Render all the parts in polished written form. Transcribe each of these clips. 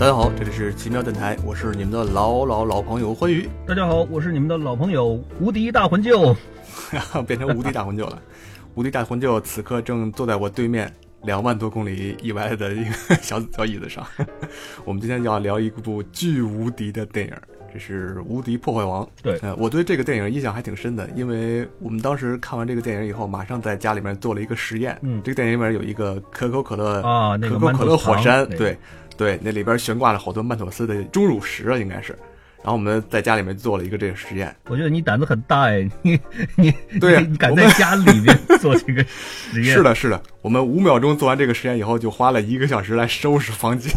大家好，这里是奇妙电台，我是你们的老朋友欢愉。 大家好，我是你们的老朋友无敌大魂舅。 变成无敌大魂舅了。无敌大魂舅此刻正坐在我对面2万多公里以外的一个小椅子上。我们今天要聊一部巨无敌的电影，这是《无敌破坏王》。 对， 我对这个电影印象还挺深的，因为我们当时看完这个电影以后，马上在家里面做了一个实验。这个电影里面有一个可口可乐啊，那个可口可乐火山， 那个、对，那里边悬挂了好多曼妥思的钟乳石啊，应该是。然后我们在家里面做了一个这个实验。 我觉得你胆子很大哎，你对、 你敢在家里面做这个实验？ 是的，我们5秒钟做完这个实验以后，就花了1个小时来收拾房间。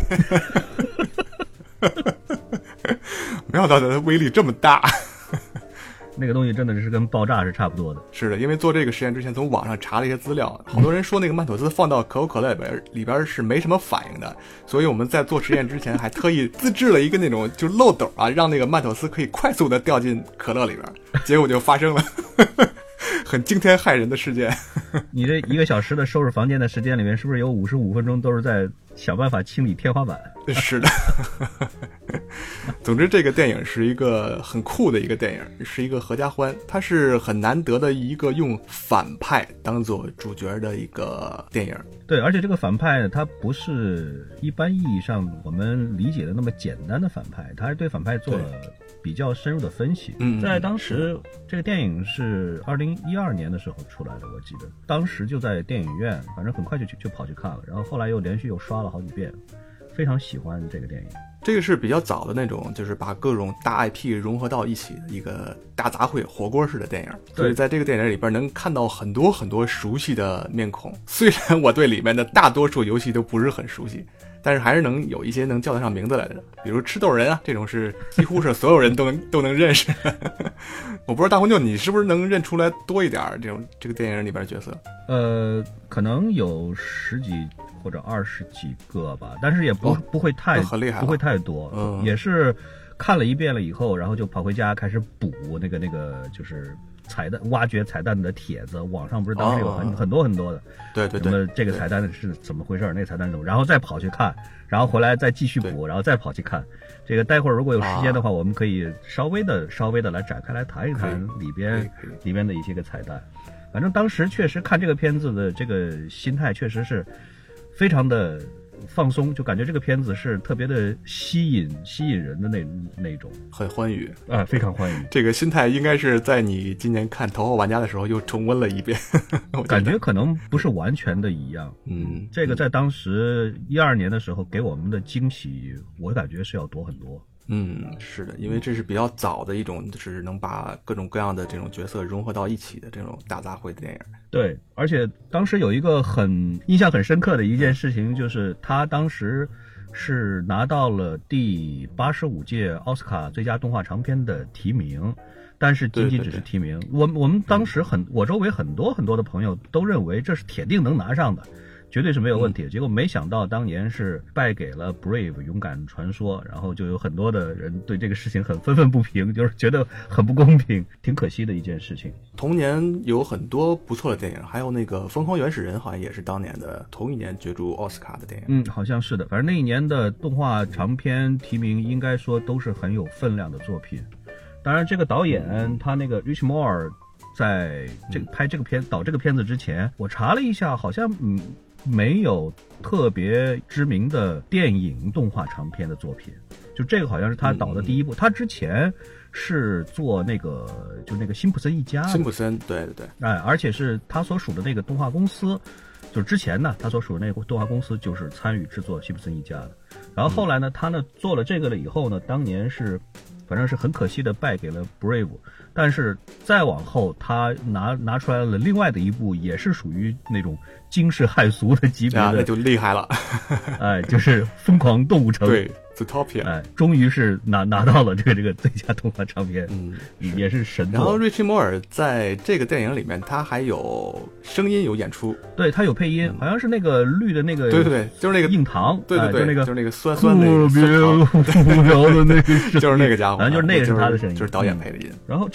没想到它的威力这么大。 那个东西真的是跟爆炸是差不多的。 是的，因为做这个实验之前从网上查了一些资料，好多人说那个曼妥思放到可口可乐里边是没什么反应的，所以我们在做实验之前还特意自制了一个那种就漏斗啊，让那个曼妥思可以快速的掉进可乐里边，结果就发生了很惊天骇人的事件。 你这1个小时的收拾房间的时间里面，是不是有55分钟都是在想办法清理天花板？ 是的。总之这个电影是一个很酷的一个电影，是一个合家欢，它是很难得的一个用反派当做主角的一个电影。 对，而且这个反派它不是一般意义上我们理解的那么简单的反派，它是对反派做了比较深入的分析。在当时这个电影是2012年的时候出来的，我记得当时就在电影院，反正很快就跑去看了，然后后来又连续刷了好几遍，非常喜欢这个电影。 这个是比较早的那种，就是把各种大 IP 融合到一起的一个大杂烩火锅式的电影，所以在这个电影里边能看到很多很多熟悉的面孔。虽然我对里面的大多数游戏都不是很熟悉，但是还是能有一些能叫得上名字来的，比如吃豆人啊，这种是几乎是所有人都能认识。我不知道大魂舅你是不是能认出来多一点这个电影里边的角色？ 可能有10几或者20几个吧，但是也不会太很厉害， 不会太多。也是看了一遍了以后，然后就跑回家开始补那个就是彩蛋，挖掘彩蛋的帖子，网上不是当时有很多很多的。 对。 什么这个彩蛋是怎么回事，那个彩蛋怎么，然后再跑去看，然后回来再继续补，然后再跑去看。这个待会儿如果有时间的话，我们可以稍微的来展开来谈一谈里边的一些个彩蛋。反正当时确实看这个片子的这个心态确实是非常的放松，就感觉这个片子是特别的吸引人的那种， 很欢愉啊，非常欢愉。这个心态应该是在你今年看《头号玩家》的时候又重温了一遍。 感觉可能不是完全的一样。这个在当时12年的时候给我们的惊喜，我感觉是要多很多。 是的，因为这是比较早的一种，就是能把各种各样的这种角色融合到一起的这种大杂烩的电影。 对，而且当时有一个印象很深刻的一件事情，就是他当时是拿到了第85届奥斯卡最佳动画长片的提名，但是仅仅只是提名。我们当时我周围很多的朋友都认为这是铁定能拿上的，绝对是没有问题的。结果没想到当年是败给了 Brave 勇敢传说，然后就有很多的人对这个事情很愤愤不平，就是觉得很不公平，挺可惜的一件事情。 同年有很多不错的电影，还有那个《疯狂原始人》好像也是当年的同一年角逐奥斯卡的电影。 好像是的，反正那一年的动画长片提名应该说都是很有分量的作品。当然这个导演他那个 Rich Moore 在拍这个导这个片子之前，我查了一下，好像没有特别知名的电影动画长片的作品，就这个好像是他导的第一部。他之前是做那个辛普森一家， 辛普森，对， 而且是他所属的那个动画公司，就是之前呢他所属的那个动画公司就是参与制作辛普森一家的。然后后来呢他呢做了这个了以后呢，当年是反正是很可惜的败给了 Brave， 但是再往后他拿出来了另外的一部，也是属于那种惊世骇俗的级别的， 那就厉害了。 就是疯狂动物城。 对，Zootopia， 终于是拿到了这个最佳动画长片，也是神作。 然后瑞奇摩尔在这个电影里面，他还有声音有演出， 对他有配音，好像是那个绿的那个， 对，就是那个硬糖， 对，就是那个酸的特别无聊的那个， 就是那个家伙， 反正就是那个是他的声音， 就是导演配的音。 然后这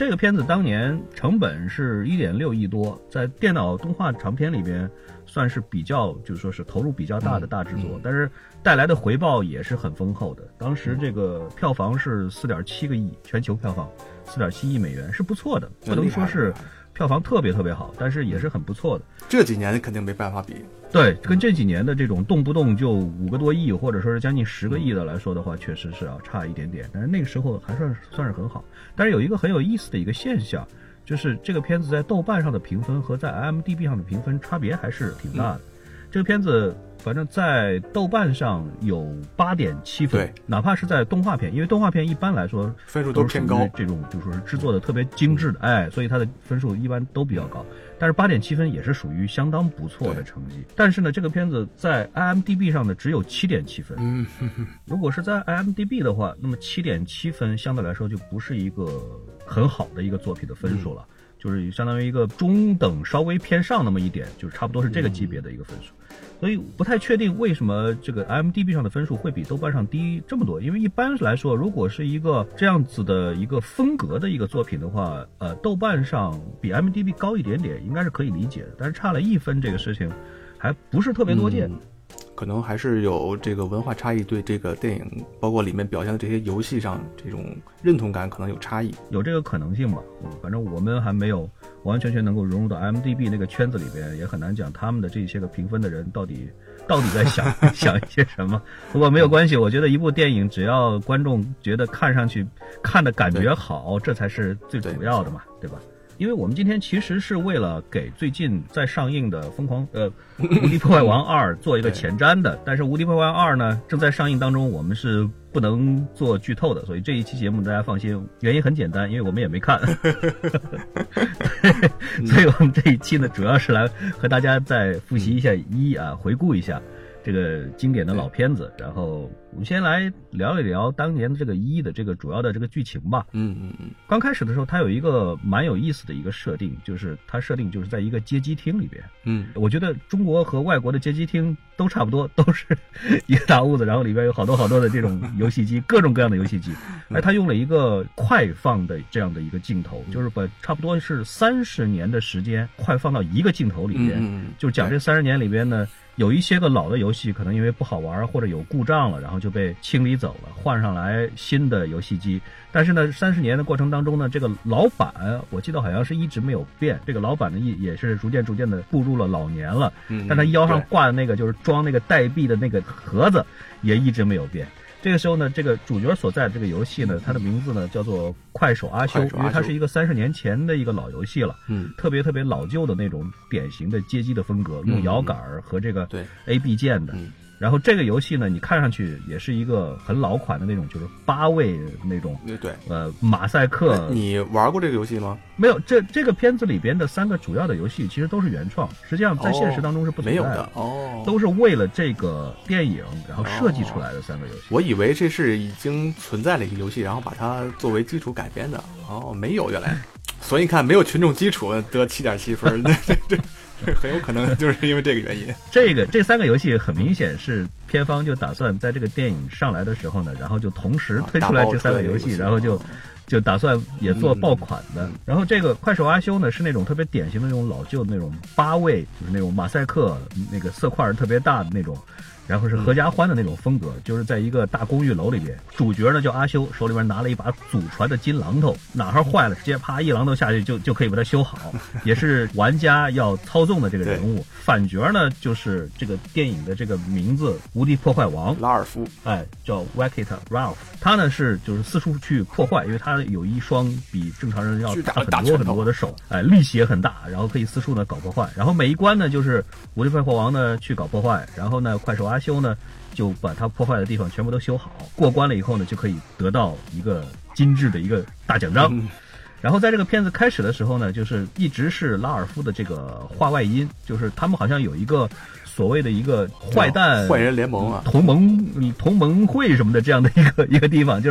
这个片子当年成本是1.6亿多，在电脑动画长片里边算是比较，就是说是投入比较大的大制作，但是带来的回报也是很丰厚的。当时这个票房是4.7个亿，全球票房4.7亿美元，是不错的，不能说是票房特别特别好，但是也是很不错的。 这几年肯定没办法比。 对，跟这几年的这种动不动就5个多亿，或者说是将近10个亿的来说的话，确实是要差一点点。但是那个时候还算是很好。但是有一个很有意思的一个现象，就是这个片子在豆瓣上的评分和在 IMDB 上的评分差别还是挺大的。这个片子反正在豆瓣上有8.7分， 对， 哪怕是在动画片，因为动画片一般来说分数都偏高， 这种就说是制作的特别精致的，所以它的分数一般都比较高。但是8.7分也是属于相当不错的成绩。但是呢，这个片子在 IMDB 上呢只有7.7分。如果是在 IMDB 的话，那么7.7分相对来说就不是一个很好的一个作品的分数了。就是相当于一个中等稍微偏上那么一点，就是差不多是这个级别的一个分数。所以不太确定为什么这个 IMDB 上的分数会比豆瓣上低这么多，因为一般来说，如果是一个这样子的一个风格的一个作品的话，豆瓣上比 IMDB 高一点点应该是可以理解的，但是差了1分这个事情还不是特别多见。 可能还是有这个文化差异，对这个电影包括里面表现的这些游戏上这种认同感可能有差异， 有这个可能性吧。反正我们还没有完全能够融入到 IMDB 那个圈子里边，也很难讲他们的这些个评分的人到底在想一些什么。不过没有关系，我觉得一部电影只要观众觉得看上去看的感觉好，这才是最主要的嘛，对吧？因为我们今天其实是为了给最近在上映的无敌破坏王2做一个前瞻的，但是无敌破坏王2呢正在上映当中，我们是不能做剧透的，所以这一期节目大家放心，原因很简单，因为我们也没看所以我们这一期呢主要是来和大家再复习一下回顾一下这个经典的老片子，然后我们先来聊一聊当年的这个的这个主要的这个剧情吧。刚开始的时候，它有一个蛮有意思的一个设定，就是它设定就是在一个街机厅里边。我觉得中国和外国的街机厅都差不多，都是一个大屋子，然后里边有好多的这种游戏机，各种各样的游戏机。而它用了一个快放的这样的一个镜头，就是把差不多是30年的时间快放到一个镜头里边，就讲这30年里边呢。有一些个老的游戏可能因为不好玩或者有故障了，然后就被清理走了，换上来新的游戏机。但是呢30年的过程当中呢，这个老板我记得好像是一直没有变，这个老板呢也是逐渐的步入了老年了，但他腰上挂的那个就是装那个代币的那个盒子也一直没有变。这个时候呢，这个主角所在的这个游戏呢，它的名字呢叫做快手阿修，因为它是一个30年前的一个老游戏了，特别老旧的那种典型的街机的风格，用摇杆和这个 AB 键的。然后这个游戏呢，你看上去也是一个很老款的那种，就是8位那种，马赛克。 你玩过这个游戏吗？ 没有，这个片子里边的3个主要的游戏其实都是原创，实际上在现实当中是不存在的，都是为了这个电影然后设计出来的3个游戏。 我以为这是已经存在了一个游戏，然后把它作为基础改编的。没有，原来，所以你看没有群众基础得7.7分，这。很有可能就是因为这个原因。这 3个游戏很明显是片方就打算在这个电影上来的时候呢，然后就同时推出来这3个游戏，然后就打算也做爆款的。然后这个快手阿修呢是那种特别典型的那种老旧的那种8位，就是那种马赛克那个色块特别大的那种。然后是合家欢的那种风格，就是在一个大公寓楼里边，主角呢叫阿修，手里边拿了一把祖传的金榔头，哪块坏了直接啪一榔头下去就可以把它修好，也是玩家要操纵的这个人物。反角呢就是这个电影的这个名字无敌破坏王拉尔夫， 叫 Wreck-It Ralph。他呢是就是四处去破坏，因为他有一双比正常人要大很多的手，力气也很大，然后可以四处呢搞破坏。然后每一关呢就是无敌破坏王呢去搞破坏，然后呢快手阿修呢就把他破坏的地方全部都修好，过关了以后呢就可以得到一个精致的一个大奖章。然后在这个片子开始的时候呢，就是一直是拉尔夫的这个话外音，就是他们好像有一个所谓的一个坏蛋坏人联盟啊， 同盟会什么的这样的一个地方，就是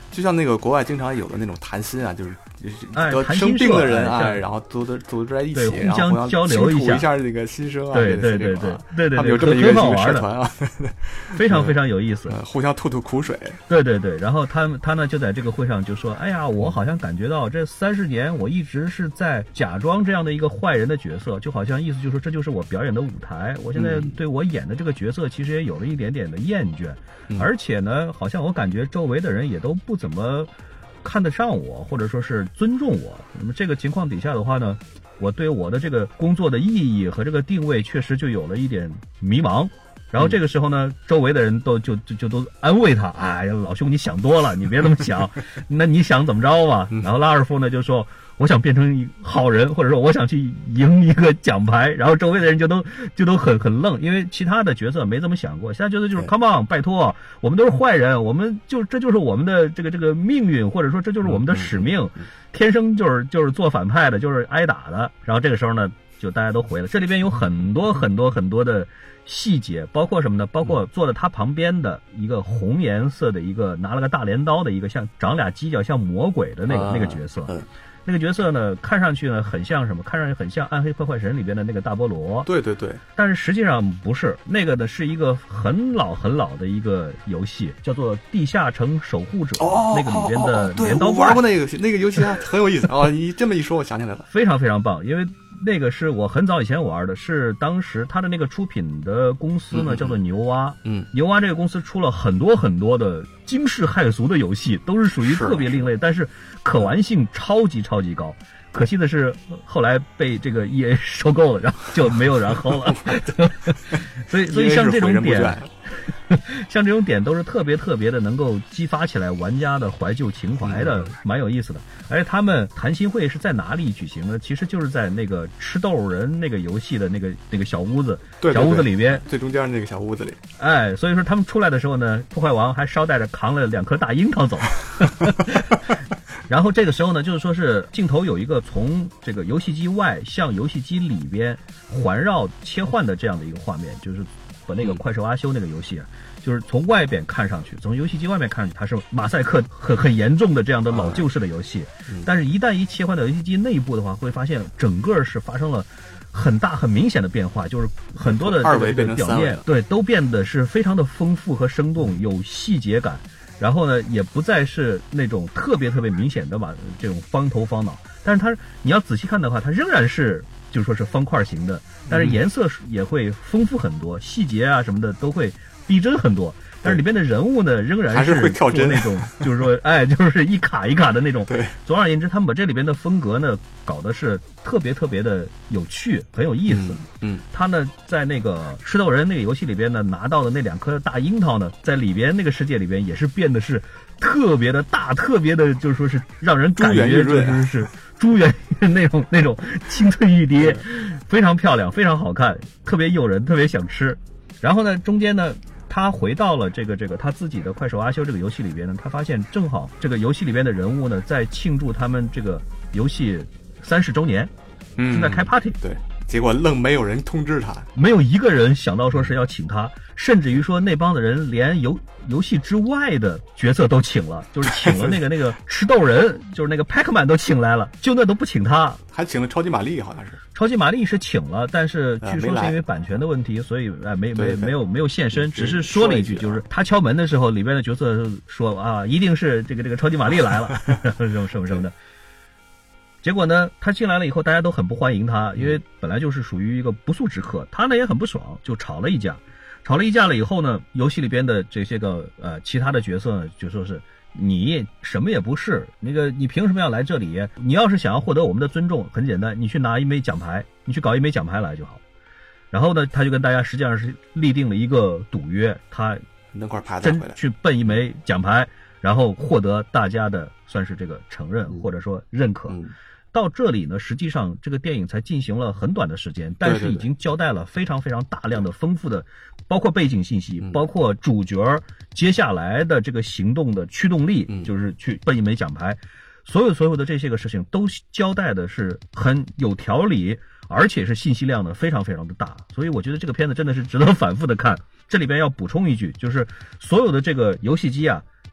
就像那个国外经常有的那种谈心啊，就是得谈生病的人啊， 然后组织在一起， 互相交流一下这个心声啊， 对， 他们有这么一个社团啊， 非常非常有意思， 互相吐苦水。 对，然后他呢就在这个会上就说，哎呀，我好像感觉到这30年我一直是在假装这样的一个坏人的角色，就好像意思就是说这就是我表演的舞台，我现在对我演的这个角色其实也有了一点点的厌倦，而且呢，好像我感觉周围的人也都不怎么看得上我，或者说是尊重我。那么这个情况底下的话呢，我对我的这个工作的意义和这个定位确实就有了一点迷茫。然后这个时候呢，周围的人都都安慰他，哎呀，老兄你想多了，你别这么想，那你想怎么着吧？然后拉尔夫呢就说，我想变成一好人，或者说我想去赢一个奖牌。然后周围的人就都很愣，因为其他的角色没这么想过，其他角色就是 come on， 拜托，我们都是坏人，我们这就是我们的这个命运，或者说这就是我们的使命，天生就是做反派的，就是挨打的。然后这个时候呢，就大家都回了。这里边有很多的细节，包括什么呢？包括坐在他旁边的一个红颜色的一个拿了个大镰刀的一个像长俩犄角像魔鬼的那个角色。那个角色呢，看上去呢很像什么？看上去很像《暗黑破坏神》里边的那个大菠萝。 对。 但是实际上不是，那个呢是一个很老的一个游戏，叫做《地下城守护者》。那个里边的镰刀怪。 我玩过那个游戏啊，很有意思啊！你这么一说，我想起来了， 非常非常棒，因为那个是我很早以前玩的，是当时他的那个出品的公司呢叫做牛蛙。牛蛙这个公司出了很多的惊世骇俗的游戏，都是属于特别另类，但是可玩性超级高。可惜的是后来被这个 EA 收购了，然后就没有然后了。所以像这种点像这种点都是特别的能够激发起来玩家的怀旧情怀的，蛮有意思的。而且他们谈心会是在哪里举行呢？其实就是在那个吃豆人那个游戏的那个小屋子，小屋子里边最中间那个小屋子里。 所以说他们出来的时候呢，破坏王还捎带着扛了2颗大樱桃走。然后这个时候呢，就是说是镜头有一个从这个游戏机外向游戏机里边环绕切换的这样的一个画面，就是把那个快兽阿修那个游戏啊，就是从外边看上去，从游戏机外面看上去，它是马赛克很严重的这样的老旧式的游戏。但是一旦一切换到游戏机内部的话，会发现整个是发生了很大很明显的变化，就是很多的这个表面都变得是非常的丰富和生动，有细节感。然后呢，也不再是那种特别明显的这种方头方脑，但是它你要仔细看的话，它仍然是就是说是方块型的，但是颜色也会丰富很多，细节啊什么的都会逼真很多。但是里边的人物呢，仍然是会跳帧那种，就是说，就是一卡一卡的那种。对，总而言之，他们把这里边的风格呢，搞的是特别的有趣，很有意思。他呢，在那个吃豆人那个游戏里边呢，拿到的那2颗大樱桃呢，在里边那个世界里边也是变得是特别的大，特别的，就是说是让人感觉就是珠圆那种青翠欲滴，非常漂亮，非常好看，特别诱人，特别想吃。然后呢，中间呢，他回到了这个他自己的快手阿修这个游戏里边呢，他发现正好这个游戏里边的人物呢，在庆祝他们这个游戏30周年，正在开 party。 对，结果愣没有人通知他， 没有一个人想到说是要请他，甚至于说那帮的人连游戏之外的角色都请了，就是请了那个吃豆人，就是那个 Pac-Man 都请来了，就那都不请他， 还请了超级玛丽，好像是超级玛丽是请了，但是据说是因为版权的问题，所以没有现身，只是说了一句，就是他敲门的时候，里边的角色说啊，一定是这个超级玛丽来了，什么的。结果呢，他进来了以后，大家都很不欢迎他，因为本来就是属于一个不速之客，他呢也很不爽，就吵了一架了以后呢，游戏里边的这些个其他的角色呢，就说是你什么也不是，你凭什么要来这里？你要是想要获得我们的尊重，很简单，你去拿一枚奖牌，你去搞一枚奖牌来就好。然后呢，他就跟大家实际上是立定了一个赌约，他真去奔一枚奖牌，然后获得大家的算是这个承认或者说认可。到这里呢，实际上这个电影才进行了很短的时间，但是已经交代了非常大量的丰富的，包括背景信息，包括主角接下来的这个行动的驱动力，就是去奔一枚奖牌，所有的这些个事情都交代的是很有条理，而且是信息量呢非常的大，所以我觉得这个片子真的是值得反复的看。这里边要补充一句，就是所有的这个游戏机啊，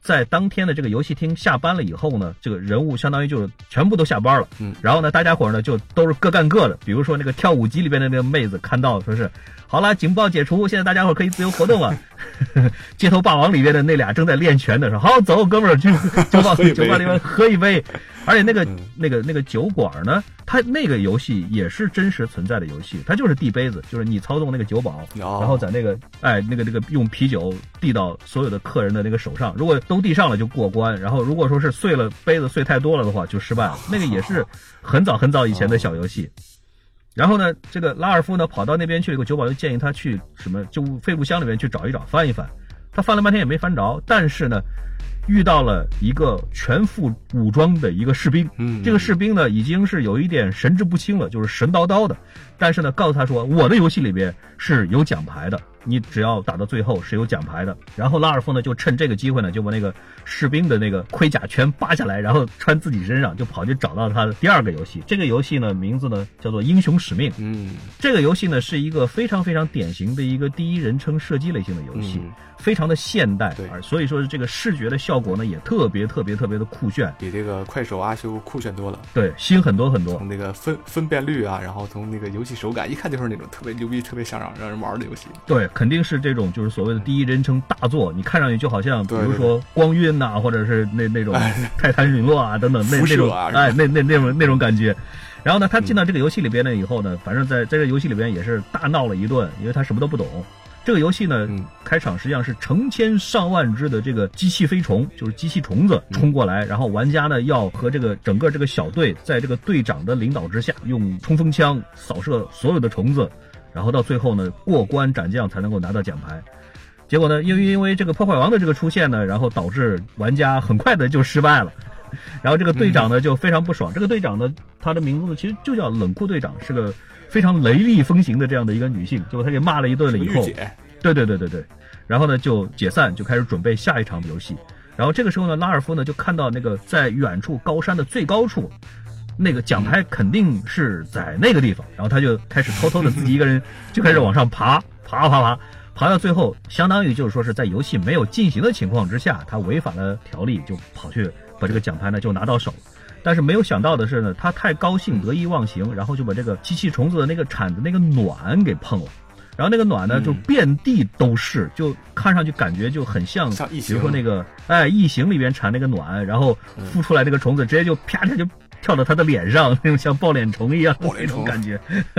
在当天的这个游戏厅下班了以后呢，这个人物相当于就全部都下班了，然后呢，大家伙呢就都是各干各的。比如说那个跳舞机里边的那个妹子看到说是，好了，警报解除，现在大家伙可以自由活动了。街头霸王里边的那俩正在练拳的说，好，走，哥们儿去酒吧里面喝一杯。而且那个酒馆呢，它那个游戏也是真实存在的游戏，它就是递杯子，就是你操纵那个酒保，然后在那个用啤酒递到所有的客人的那个手上，如果都递上了就过关，然后如果说是杯子碎太多了的话就失败了。那个也是很早以前的小游戏。然后呢，这个拉尔夫呢跑到那边去，有个酒保就建议他去什么就废物箱里面去找一找，翻一翻。他翻了半天也没翻着，但是呢遇到了一个全副武装的一个士兵，这个士兵呢已经是有一点神志不清了，就是神叨叨的，但是呢告诉他说，我的游戏里边是有奖牌的，你只要打到最后是有奖牌的。然后拉尔夫呢就趁这个机会呢，就把那个士兵的那个盔甲全扒下来，然后穿自己身上，就跑去找到他的第二个游戏。这个游戏呢名字呢叫做英雄使命。这个游戏呢是一个非常非常典型的一个第一人称射击类型的游戏，非常的现代，所以说这个视觉的效果呢也特别的酷炫， 比这个快手阿修酷炫多了。 对，新很多。从那个分辨率啊，然后从那个游戏手感，一看就是那种特别牛逼、特别想让人玩的游戏。 对，肯定是这种就是所谓的第一人称大作，你看上去就好像比如说光晕呐，或者是那种泰坦陨落啊等等那种那种感觉。然后呢，他进到这个游戏里边呢以后呢，反正在这个游戏里边也是大闹了一顿，因为他什么都不懂。这个游戏呢，开场实际上是成千上万只的这个机器飞虫，就是机器虫子冲过来，然后玩家呢要和这个整个这个小队，在这个队长的领导之下，用冲锋枪扫射所有的虫子，然后到最后呢过关斩将才能够拿到奖牌。结果呢，因为这个破坏王的这个出现呢，然后导致玩家很快的就失败了。然后这个队长呢就非常不爽，这个队长呢他的名字呢其实就叫冷酷队长，是个非常雷厉风行的这样的一个女性。结果他给骂了一顿了以后，对，然后呢就解散，就开始准备下一场游戏。然后这个时候呢，拉尔夫呢就看到那个在远处高山的最高处，那个奖牌肯定是在那个地方，然后他就开始偷偷的自己一个人就开始往上爬到最后，相当于就是说是在游戏没有进行的情况之下，他违反了条例，就跑去把这个奖牌呢就拿到手。但是没有想到的是呢，他太高兴得意忘形，然后就把这个机器虫子的那个铲子那个卵给碰了，然后那个卵呢就遍地都是，就看上去感觉就很像比如说那个异形里边产那个卵，然后孵出来那个虫子直接就啪就跳到他的脸上，那种像抱脸虫一样的那种感觉。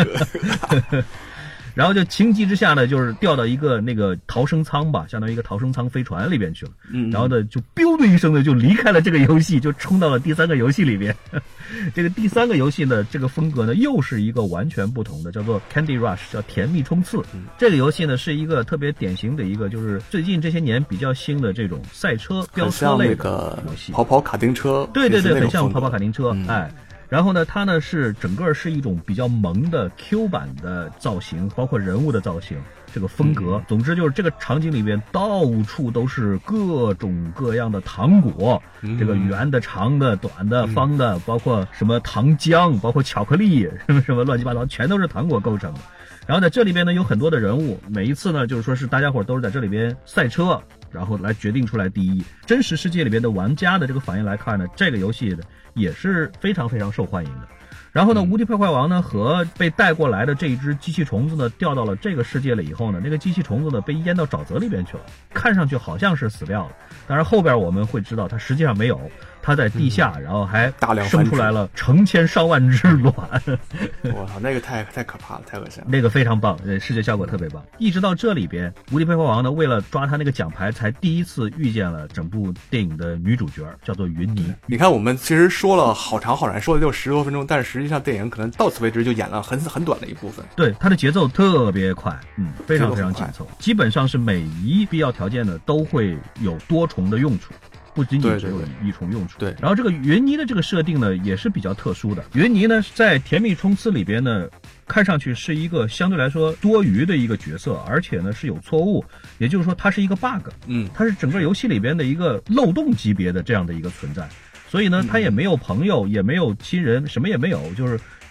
然后就情急之下呢，就是掉到一个那个逃生舱吧，相当于一个逃生舱飞船里边去了。然后呢，就 biu 的一声呢，就离开了这个游戏，就冲到了第三个游戏里边。这个第三个游戏呢，这个风格呢，又是一个完全不同的，叫做 Candy Rush， 叫甜蜜冲刺。这个游戏呢，是一个特别典型的一个，就是最近这些年比较兴的这种赛车飙车类的游戏， 跑卡丁车。 对，很像跑卡丁车，然后呢，它呢是整个是一种比较萌的 Q 版的造型，包括人物的造型，这个风格。总之就是这个场景里边到处都是各种各样的糖果，这个圆的、长的、短的、方的，包括什么糖浆，包括巧克力，什么乱七八糟，全都是糖果构成的。然后在这里边呢有很多的人物，每一次呢就是说是大家伙都是在这里边赛车，然后来决定出来第一。真实世界里边的玩家的这个反应来看呢，这个游戏也是非常非常受欢迎的。然后呢，无敌破坏王呢和被带过来的这一只机器虫子呢掉到了这个世界了以后呢，那个机器虫子呢被淹到沼泽里边去了，看上去好像是死掉了，但是后边我们会知道它实际上没有，它在地下，然后还生出来了成千上万只卵。 我操，那个太可怕了，太恶心了。 那个非常棒，视觉效果特别棒。一直到这里边，无敌破坏王呢为了抓他那个奖牌，才第一次遇见了整部电影的女主角，叫做云妮。 你看我们其实说了好长，说的就10多分钟，但是实际上电影可能到此为止就演了很短的一部分。 对，它的节奏特别快，非常非常紧凑，基本上是每一必要条件呢都会有多重的用处，不仅仅只有一重用处。 对， 然后这个云妮的这个设定呢也是比较特殊的。云妮呢在甜蜜冲刺里边呢，看上去是一个相对来说多余的一个角色，而且呢是有错误，也就是说它是一个 bug，它是整个游戏里边的一个漏洞级别的这样的一个存在。所以呢，他也没有朋友，也没有亲人，什么也没有，就是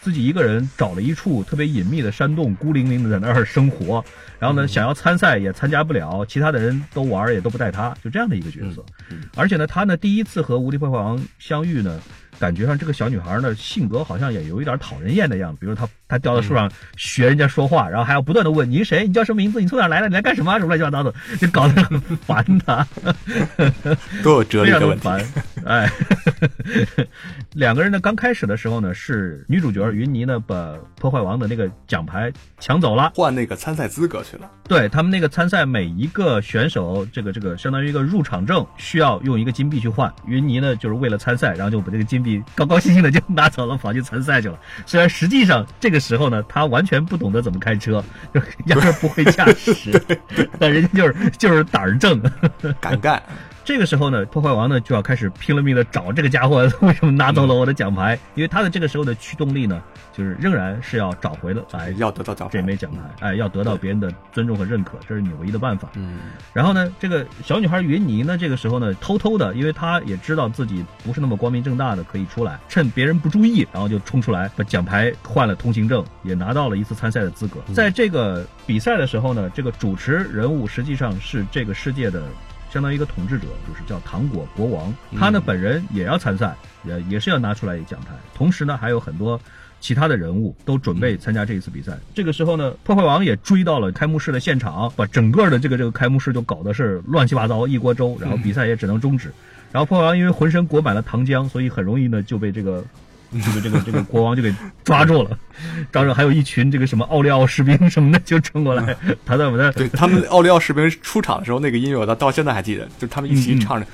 自己一个人找了一处特别隐秘的山洞，孤零零的在那儿生活。然后呢，想要参赛也参加不了，其他的人都玩也都不带他，就这样的一个角色。而且呢，他呢第一次和无敌破坏王相遇呢，感觉上这个小女孩呢性格好像也有一点讨人厌的样子，比如她掉到树上学人家说话，然后还要不断的问你是谁，你叫什么名字，你从哪来的，你来干什么，什么乱七八糟的，就搞得很烦他， 都有哲理的问题。 哎，两个人呢刚开始的时候呢，是女主角云妮呢把破坏王的那个奖牌抢走了， 换那个参赛资格去了。 对，他们那个参赛每一个选手，这个相当于一个入场证，需要用一个金币去换。云妮呢就是为了参赛，然后就把这个金币高高兴兴的就拿走了，跑去参赛去了。虽然实际上这个时候呢，他完全不懂得怎么开车，就压根不会驾驶，但人家就是胆儿正， 敢干。 这个时候呢，破坏王呢就要开始拼了命的找这个家伙为什么拿走了我的奖牌，因为他的这个时候的驱动力呢，就是仍然是要找回来， 要得到奖牌， 这枚奖牌，哎，要得到别人的尊重和认可，这是你唯一的办法。然后呢，这个小女孩云妮呢，这个时候呢，偷偷的，因为她也知道自己不是那么光明正大的可以出来，趁别人不注意，然后就冲出来把奖牌换了通行证，也拿到了一次参赛的资格。在这个比赛的时候呢，这个主持人物实际上是这个世界的相当于一个统治者，就是叫糖果国王，他呢本人也要参赛，也是要拿出来一奖牌。同时呢，还有很多其他的人物都准备参加这一次比赛。这个时候呢，破坏王也追到了开幕式的现场，把整个的这个开幕式就搞得是乱七八糟一锅粥，然后比赛也只能终止。然后破坏王因为浑身裹满了糖浆，所以很容易呢就被这个国王就给抓住了，抓住还有一群这个什么奥利奥士兵什么的就冲过来，他在我们的对他们奥利奥士兵出场的时候，那个音乐我到现在还记得，就他们一起唱着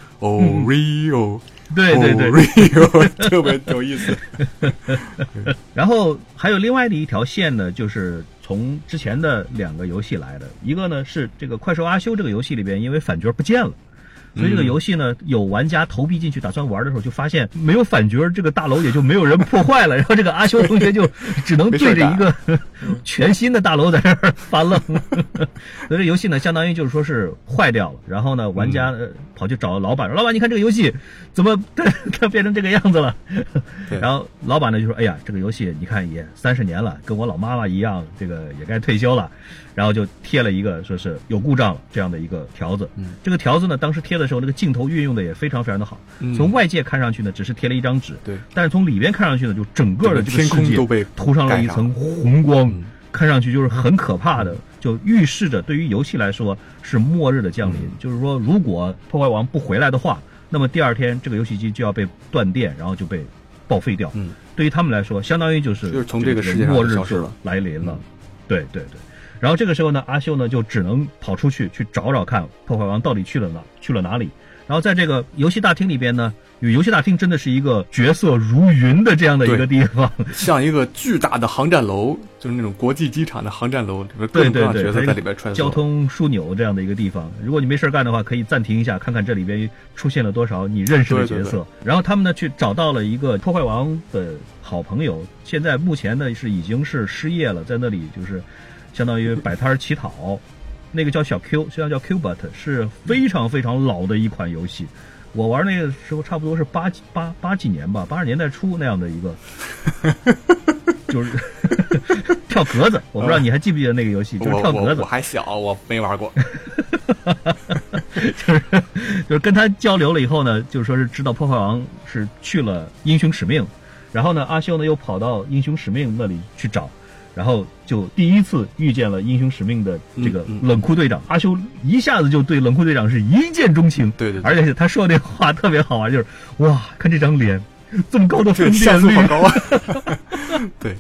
Oreo， 对， 特别有意思。 然后还有另外的一条线呢，就是从之前的2个游戏来的，一个呢是这个快兽阿修这个游戏里边，因为反角不见了。所以这个游戏呢，有玩家投币进去打算玩的时候，就发现没有反角，这个大楼也就没有人破坏了。然后这个阿修同学就只能对着一个全新的大楼在那儿发愣。所以这游戏呢，相当于就是说是坏掉了。然后呢，玩家跑去找老板，老板你看这个游戏怎么它变成这个样子了？然后老板呢就说：“哎呀，这个游戏你看也30年了，跟我老妈妈一样，这个也该退休了。”然后就贴了一个说是有故障了这样的一个条子。这个条子呢，当时贴的时候，那个镜头运用的也非常非常的好。从外界看上去呢，只是贴了一张纸， 对， 但是从里边看上去呢，就整个的这个世界都被涂上了一层红光，看上去就是很可怕的，就预示着对于游戏来说是末日的降临。就是说，如果破坏王不回来的话，那么第2天这个游戏机就要被断电，然后就被报废掉。对于他们来说，相当于就是从这个世界上末日就来临了。对。然后这个时候呢，阿修呢就只能跑出去找看破坏王到底去了哪里。然后在这个游戏大厅里边呢，游戏大厅真的是一个角色如云的这样的一个地方， 像一个巨大的航站楼，就是那种国际机场的航站楼，各种各样的角色在里边穿梭， 交通枢纽这样的一个地方。如果你没事干的话，可以暂停一下，看看这里边出现了多少你认识的角色。然后他们呢去找到了一个破坏王的好朋友，现在目前呢已经是失业了，在那里就是相当于摆摊乞讨。那个叫小 Q， 实际上叫 Qbot， 是非常非常老的一款游戏。我玩那个时候差不多是八几年吧，80年代初那样的一个，就是跳格子。我不知道你还记不记得那个游戏，就是跳格子。 我还小，我没玩过。 就是跟他交流了以后呢，就是说是知道破坏王是去了英雄使命，然后呢，阿修呢又跑到英雄使命那里去找。然后就第一次遇见了英雄使命的这个冷酷队长，阿修一下子就对冷酷队长是一见钟情。 对， 而且他说的话特别好玩，就是哇，看这张脸，这么高的分辨率， 好高啊！对。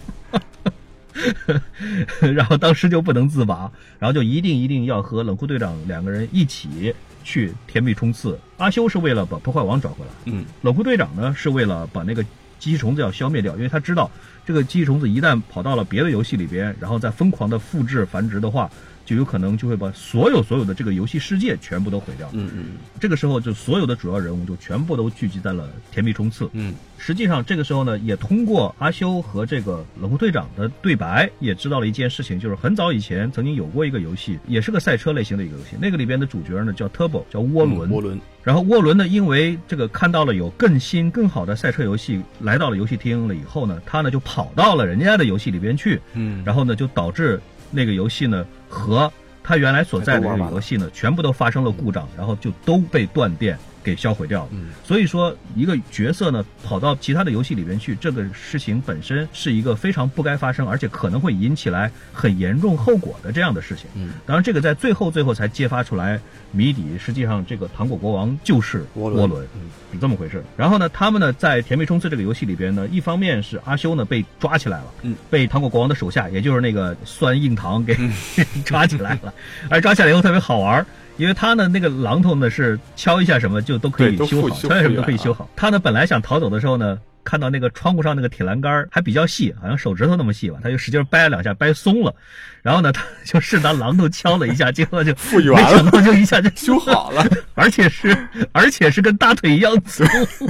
然后当时就不能自拔，然后就一定要和冷酷队长2个人一起去甜蜜冲刺。阿修是为了把破坏王找回来，冷酷队长呢是为了把那个机器虫子要消灭掉，因为他知道这个机器虫子一旦跑到了别的游戏里边，然后再疯狂的复制繁殖的话， 就有可能就会把所有的这个游戏世界全部都毁掉。这个时候就所有的主要人物就全部都聚集在了甜蜜冲刺。实际上这个时候呢，也通过阿修和这个冷酷队长的对白，也知道了一件事情，就是很早以前曾经有过一个游戏，也是个赛车类型的一个游戏，那个里边的主角呢叫 Turbo， 叫涡轮。然后涡轮呢，因为这个看到了有更新更好的赛车游戏来到了游戏厅了以后呢，他呢就跑到了人家的游戏里边去，然后呢就导致那个游戏呢和他原来所在的这个游戏呢全部都发生了故障，然后就都被断电给销毁掉了。所以说一个角色呢跑到其他的游戏里边去，这个事情本身是一个非常不该发生，而且可能会引起来很严重后果的这样的事情。当然这个在最后才揭发出来谜底，实际上这个糖果国王就是涡轮，是这么回事。然后呢，他们呢在甜蜜冲刺这个游戏里边呢，一方面是阿修呢被抓起来了，被糖果国王的手下，也就是那个酸硬糖给抓起来了，而抓起来以后特别好玩。因为他呢那个榔头呢是敲一下什么就都可以修好，敲一下什么都可以修好。他呢本来想逃走的时候呢，看到那个窗户上那个铁栏杆还比较细，好像手指头那么细吧，他就使劲掰了两下，掰松了。然后呢，他就是拿榔头敲了一下，结果就复原了， 没想到就一下就修好了， 而且是跟大腿一样粗。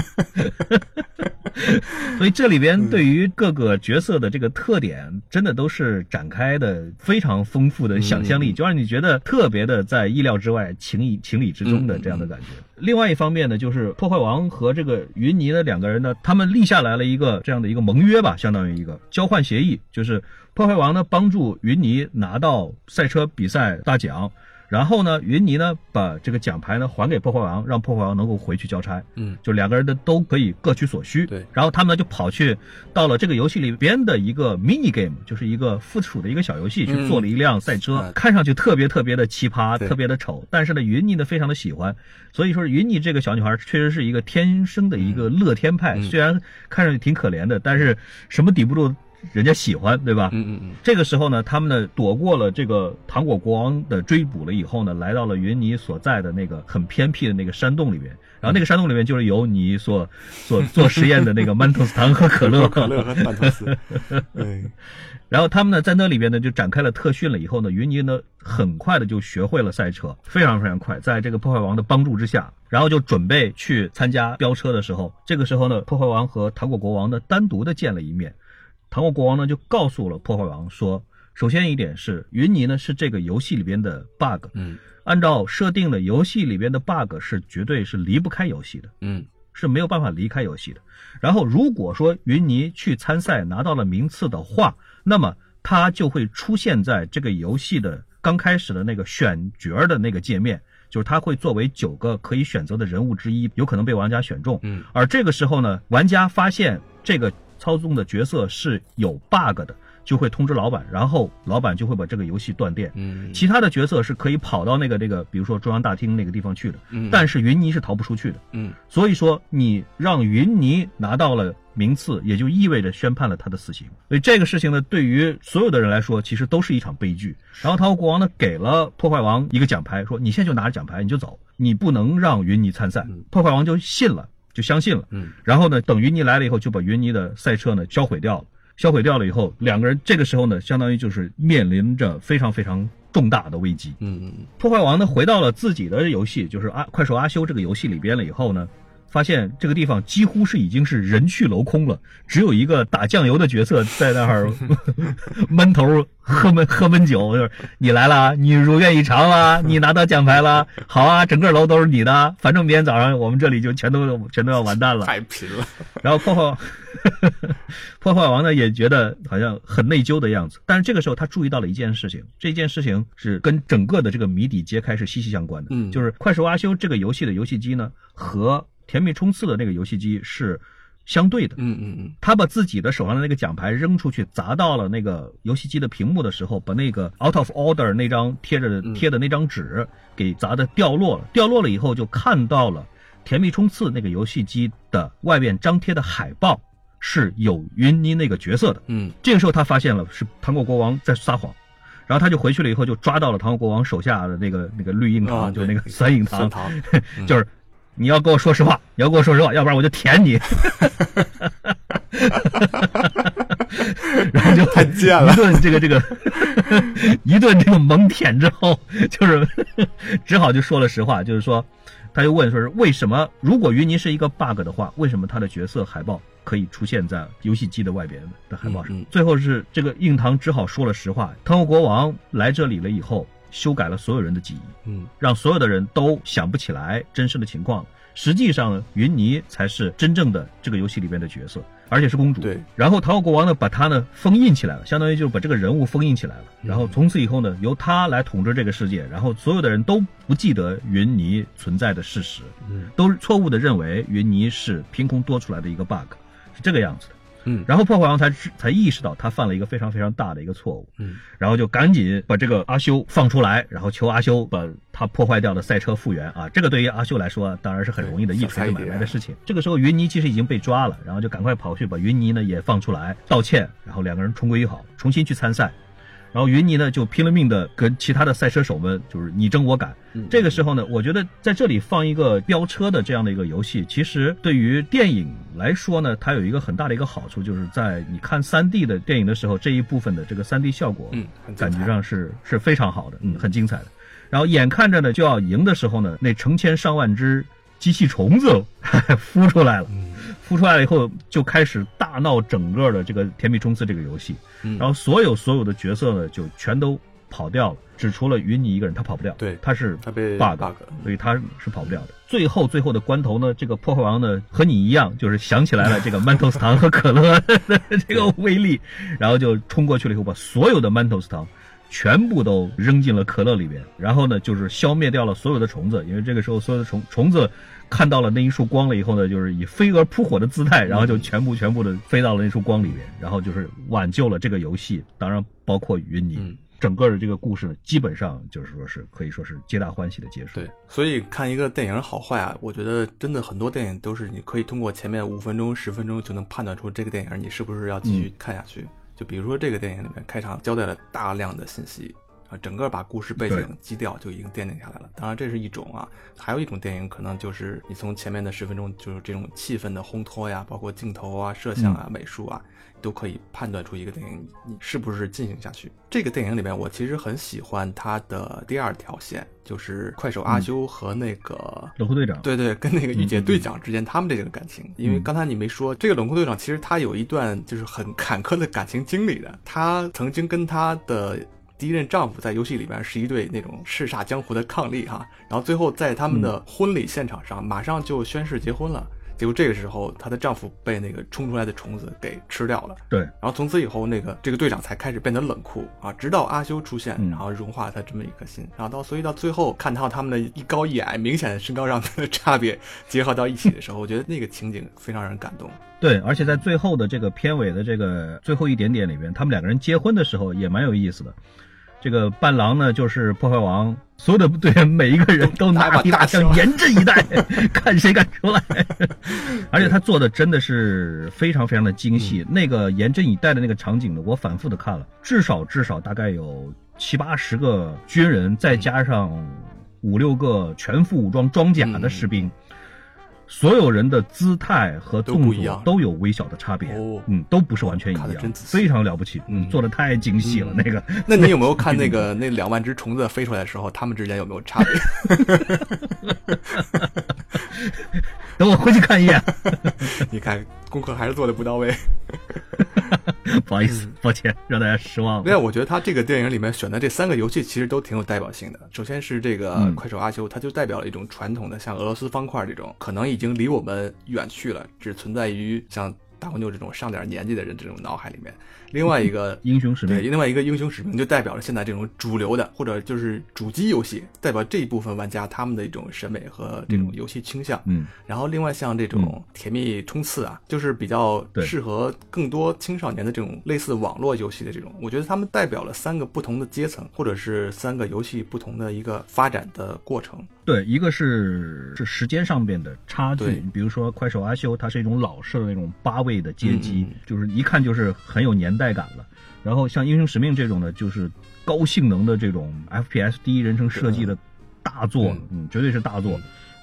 所以这里边对于各个角色的这个特点，真的都是展开的非常丰富的想象力，就让你觉得特别的在意料之外、情理之中的这样的感觉。另外一方面呢，就是破坏王和这个云妮的两个人呢，他们立下来了一个这样的一个盟约吧，相当于一个交换协议，就是破坏王呢帮助云妮拿到赛车比赛大奖。然后呢，云妮呢把这个奖牌呢还给破坏王，让破坏王能够回去交差。就两个人的都可以各取所需。 对。 然后他们呢就跑去到了这个游戏里边的一个 mini game， 就是一个附属的一个小游戏，去做了一辆赛车，看上去特别的奇葩，特别的丑。但是呢，云妮呢非常的喜欢，所以说云妮这个小女孩确实是一个天生的一个乐天派，虽然看上去挺可怜的，但是什么抵不住人家喜欢，对吧？这个时候呢，他们呢躲过了这个糖果国王的追捕了以后呢，来到了云妮所在的那个很偏僻的那个山洞里面。然后那个山洞里面就是有你所做实验的那个曼托斯糖和可乐和曼托斯。 然后他们呢在那里边呢就展开了特训了以后呢，云妮呢很快的就学会了赛车，非常快，在这个破坏王的帮助之下，然后就准备去参加飙车的时候，这个时候呢，破坏王和糖果国王呢单独的见了一面。糖果国王呢就告诉了破坏王说，首先一点是云妮呢是这个游戏里边的 bug，按照设定的游戏里边的 bug 是绝对是离不开游戏的，是没有办法离开游戏的。然后如果说云妮去参赛拿到了名次的话，那么他就会出现在这个游戏的刚开始的那个选角的那个界面，就是他会作为9个可以选择的人物之一，有可能被玩家选中。而这个时候呢，玩家发现这个操纵的角色是有 bug 的，就会通知老板，然后老板就会把这个游戏断电。其他的角色是可以跑到那个比如说中央大厅那个地方去的，但是云妮是逃不出去的。所以说你让云妮拿到了名次，也就意味着宣判了他的死刑。所以这个事情呢，对于所有的人来说其实都是一场悲剧。然后糖果国王呢给了破坏王一个奖牌，说你现在就拿着奖牌你就走，你不能让云妮参赛。破坏王就信了，就相信了。然后呢，等云妮来了以后，就把云妮的赛车呢销毁掉了。销毁掉了以后，两个人这个时候呢，相当于就是面临着非常重大的危机。破坏王呢回到了自己的游戏，就是快手阿修这个游戏里边了以后呢，发现这个地方几乎已经是人去楼空了，只有一个打酱油的角色在那儿闷头喝闷酒，就是你来了，你如愿以偿了，你拿到奖牌了，好啊，整个楼都是你的，反正明天早上我们这里就全都要完蛋了， 太贫了。 然后破坏王呢也觉得好像很内疚的样子，但是这个时候他注意到了一件事情，这件事情是跟整个的这个谜底揭开是息息相关的。就是快手阿修这个游戏的游戏机呢和甜蜜冲刺的那个游戏机是相对的。他把自己的手上的那个奖牌扔出去，砸到了那个游戏机的屏幕的时候，把那个 out of order 那张贴的那张纸给砸的掉落了以后，就看到了甜蜜冲刺那个游戏机的外边张贴的海报是有云妮那个角色的。这个时候他发现了是糖果国王在撒谎，然后他就回去了以后就抓到了糖果国王手下的那个绿硬糖，就是那个酸硬糖，就是你要跟我说实话，要不然我就舔你。然后就太贱了， 一顿这个一顿这个猛舔之后，就是只好就说了实话，就是说，他就问说是为什么，如果云尼是一个 bug 的话，为什么他的角色海报可以出现在游戏机的外边的海报上？最后是这个硬糖只好说了实话，汤姆国王来这里了以后，修改了所有人的记忆，让所有的人都想不起来真实的情况。实际上，云尼才是真正的这个游戏里边的角色，而且是公主。 对。 然后陶国王呢，把她呢封印起来了，相当于就是把这个人物封印起来了。然后从此以后呢，由他来统治这个世界，然后所有的人都不记得云尼存在的事实，都错误的认为云尼是凭空多出来的一个 bug， 是这个样子的。然后破坏王才意识到他犯了一个非常非常大的一个错误，然后就赶紧把这个阿修放出来，然后求阿修把他破坏掉的赛车复原啊。这个对于阿修来说当然是很容易的一锤子买卖的事情。这个时候云尼其实已经被抓了，然后就赶快跑去把云尼呢也放出来道歉，然后两个人重归于好，重新去参赛。然后云尼呢就拼了命的跟其他的赛车手们就是你争我赶。这个时候呢，我觉得在这里放一个飙车的这样的一个游戏，其实对于电影来说呢，它有一个很大的一个好处，就是在你看 3D 的电影的时候，这一部分的这个 3D 效果感觉上是非常好的，很精彩的。然后眼看着呢就要赢的时候呢，那成千上万只机器虫子孵出来了，孵出来了以后就开始大闹整个的这个甜蜜冲刺这个游戏，然后所有的角色呢就全都跑掉了，只除了云尼一个人他跑不掉， 对， 他被 bug， 所以他是跑不掉的。最后的关头呢，这个破坏王呢和你一样，就是想起来了这个 Mentos 糖和可乐的这个威力，然后就冲过去了以后把所有的 Mentos 糖全部都扔进了可乐里边，然后呢就是消灭掉了所有的虫子，因为这个时候所有的虫子看到了那一束光了以后呢，就是以飞蛾扑火的姿态，然后就全部的飞到了那束光里边，然后就是挽救了这个游戏，当然包括云尼。整个的这个故事呢，基本上就是说是可以说是皆大欢喜的结束。 对，所以看一个电影好坏啊，我觉得真的很多电影都是你可以通过前面5分钟、10分钟就能判断出这个电影你是不是要继续看下去。就比如说这个电影里面开场交代了大量的信息啊，整个把故事背景基调就已经奠定下来了。当然这是一种啊，还有一种电影可能就是你从前面的10分钟就是这种气氛的烘托呀，包括镜头啊、摄像啊、美术啊，都可以判断出一个电影你是不是进行下去。这个电影里面我其实很喜欢它的第二条线，就是快手阿修和那个冷酷队长， 对，跟那个御姐队长之间他们这个感情。因为刚才你没说，这个冷酷队长其实他有一段就是很坎坷的感情经历的，他曾经跟他的第一任丈夫在游戏里边是一对那种叱咤江湖的伉俪哈，然后最后在他们的婚礼现场上马上就宣誓结婚了。结果这个时候她的丈夫被那个冲出来的虫子给吃掉了， 对， 然后从此以后这个队长才开始变得冷酷啊，直到阿修出现，然后融化他这么一颗心，然后所以到最后看到他们的一高一矮明显的身高上的差别结合到一起的时候，我觉得那个情景非常让人感动。 对，而且在最后的这个片尾的这个最后一点点里边，他们两个人结婚的时候也蛮有意思的。这个伴郎呢就是破坏王，所有的队员每一个人都拿起大枪严阵以待看谁敢出来而且他做的真的是非常非常的精细，那个严阵以待的那个场景呢，我反复的看了，至少大概有70-80个军人，再加上5-6个全副武装装甲的士兵，所有人的姿态和动作都有微小的差别，都不是完全一样，非常了不起，做的太精细了。那个， 那你有没有看那2万只虫子飞出来的时候，他们之间有没有差别？ 等我回去看一眼。 你看功课还是做的不到位。 不好意思，抱歉让大家失望了。 对，我觉得他这个电影里面选的这3个游戏其实都挺有代表性的。首先是这个快手阿修，它就代表了一种传统的像俄罗斯方块这种可能已经离我们远去了，只存在于像大黄牛这种上点年纪的人这种脑海里面。另外一个英雄使命， 对，另外一个英雄使命就代表了现在这种主流的或者就是主机游戏，代表这一部分玩家他们的一种审美和这种游戏倾向。然后另外像这种甜蜜冲刺啊，就是比较适合更多青少年的这种类似网络游戏的这种，我觉得他们代表了3个不同的阶层，或者是3个游戏不同的一个发展的过程。 对，一个是时间上面的差距，比如说快手阿修，它是一种老式的那种8位的街机，就是一看就是很有年代感了。然后像英雄使命这种呢，就是高性能的这种 FPS 第一人称射击的大作，绝对是大作。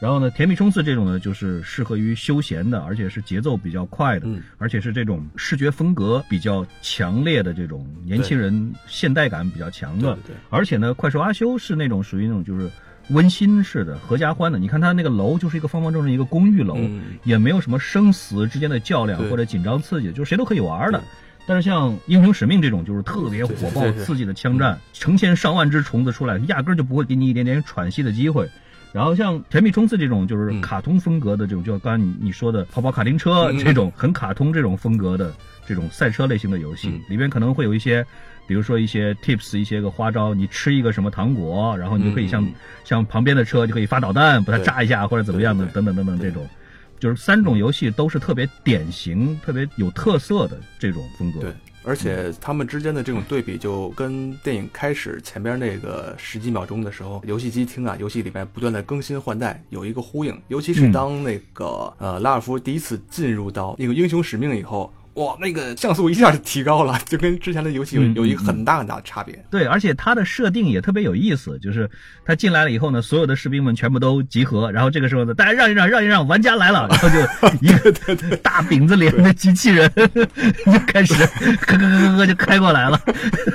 然后呢，甜蜜冲刺这种呢，就是适合于休闲的，而且是节奏比较快的，而且是这种视觉风格比较强烈的这种年轻人现代感比较强的。 对， 而且呢，快手阿修是那种属于那种就是温馨式的、合家欢的。你看他那个楼就是一个方方正正一个公寓楼，也没有什么生死之间的较量或者紧张刺激，就是谁都可以玩的。但是像英雄使命这种就是特别火爆刺激的枪战，成千上万只虫子出来，压根儿就不会给你一点点喘息的机会。然后像甜蜜冲刺这种就是卡通风格的这种，就刚刚你说的跑跑卡丁车这种很卡通这种风格的这种赛车类型的游戏，里边可能会有一些，比如说一些 tips， 一些个花招，你吃一个什么糖果，然后你就可以像旁边的车就可以发导弹把它炸一下或者怎么样的，等等等等这种。就是3种游戏都是特别典型、特别有特色的这种风格。 对，而且他们之间的这种对比，就跟电影开始前边那个10几秒钟的时候，游戏机厅啊，游戏里面不断的更新换代，有一个呼应。尤其是当那个拉尔夫第一次进入到那个英雄使命以后。哇，那个像素一下就提高了，就跟之前的游戏有一个很大很大的差别。 对，而且它的设定也特别有意思，就是他进来了以后呢，所有的士兵们全部都集合，然后这个时候呢，大家让一让，让一让，玩家来了，然后就一个大饼子脸的机器人就开始咯就开过来了，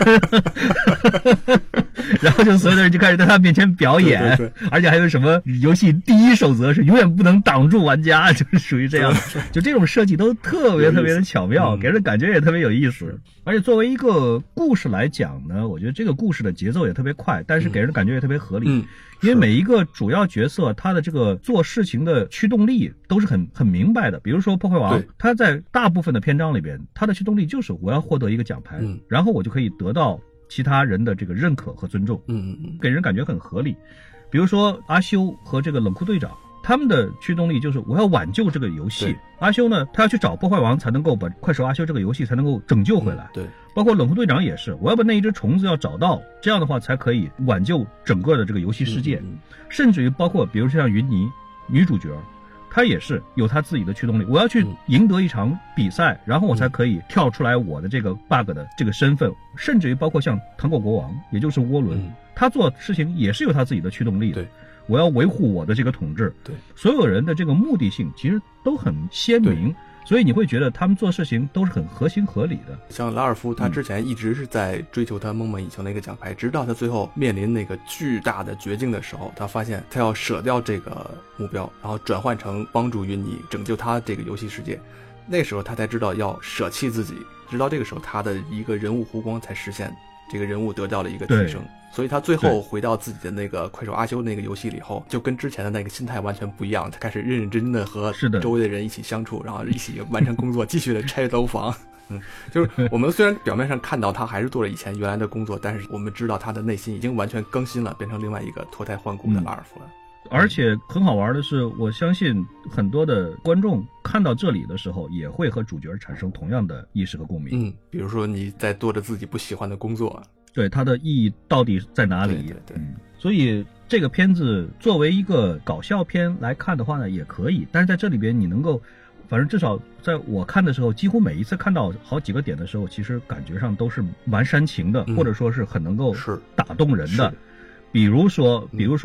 然后就所有的人就开始在他面前表演，对，而且还有什么游戏第一守则是永远不能挡住玩家，就是属于这样的，就这种设计都特别特别的巧妙，给人感觉也特别有意思。而且作为一个故事来讲呢，我觉得这个故事的节奏也特别快，但是给人感觉也特别合理。因为每一个主要角色他的这个做事情的驱动力都是很明白的。比如说破坏王，他在大部分的篇章里边，他的驱动力就是我要获得一个奖牌，然后我就可以得到其他人的这个认可和尊重，给人感觉很合理。比如说阿修和这个冷酷队长，他们的驱动力就是我要挽救这个游戏。阿修呢，他要去找破坏王才能够把快手阿修这个游戏才能够拯救回来。 对， 包括冷酷队长也是，我要把那一只虫子要找到，这样的话才可以挽救整个的这个游戏世界。甚至于包括比如说像云妮女主角，她也是有她自己的驱动力，我要去赢得一场比赛，然后我才可以跳出来我的这个 bug 的这个身份。甚至于包括像糖果国王，也就是涡轮，他做事情也是有他自己的驱动力的。对，我要维护我的这个统治。对，所有人的这个目的性其实都很鲜明，所以你会觉得他们做事情都是很合情合理的。 像拉尔夫，他之前一直是在追求他梦寐以求那个奖牌，直到他最后面临那个巨大的绝境的时候，他发现他要舍掉这个目标，然后转换成帮助云妮拯救他这个游戏世界。那时候他才知道要舍弃自己，直到这个时候他的一个人物弧光才实现，这个人物得到了一个提升。所以他最后回到自己的那个快手阿修那个游戏里后，就跟之前的那个心态完全不一样，他开始认认真真的和周围的人一起相处，然后一起完成工作，继续的拆楼房。就是我们虽然表面上看到他还是做了以前原来的工作，但是我们知道他的内心已经完全更新了，变成另外一个脱胎换骨的拉尔夫了。 而且很好玩的是，我相信很多的观众看到这里的时候，也会和主角产生同样的意识和共鸣。 比如说你在做着自己不喜欢的工作， 对它的意义到底在哪里？对，所以这个片子作为一个搞笑片来看的话呢，也可以。但是在这里边，你能够，反正至少在我看的时候，几乎每一次看到好几个点的时候，其实感觉上都是蛮煽情的，或者说是很能够打动人的。比如说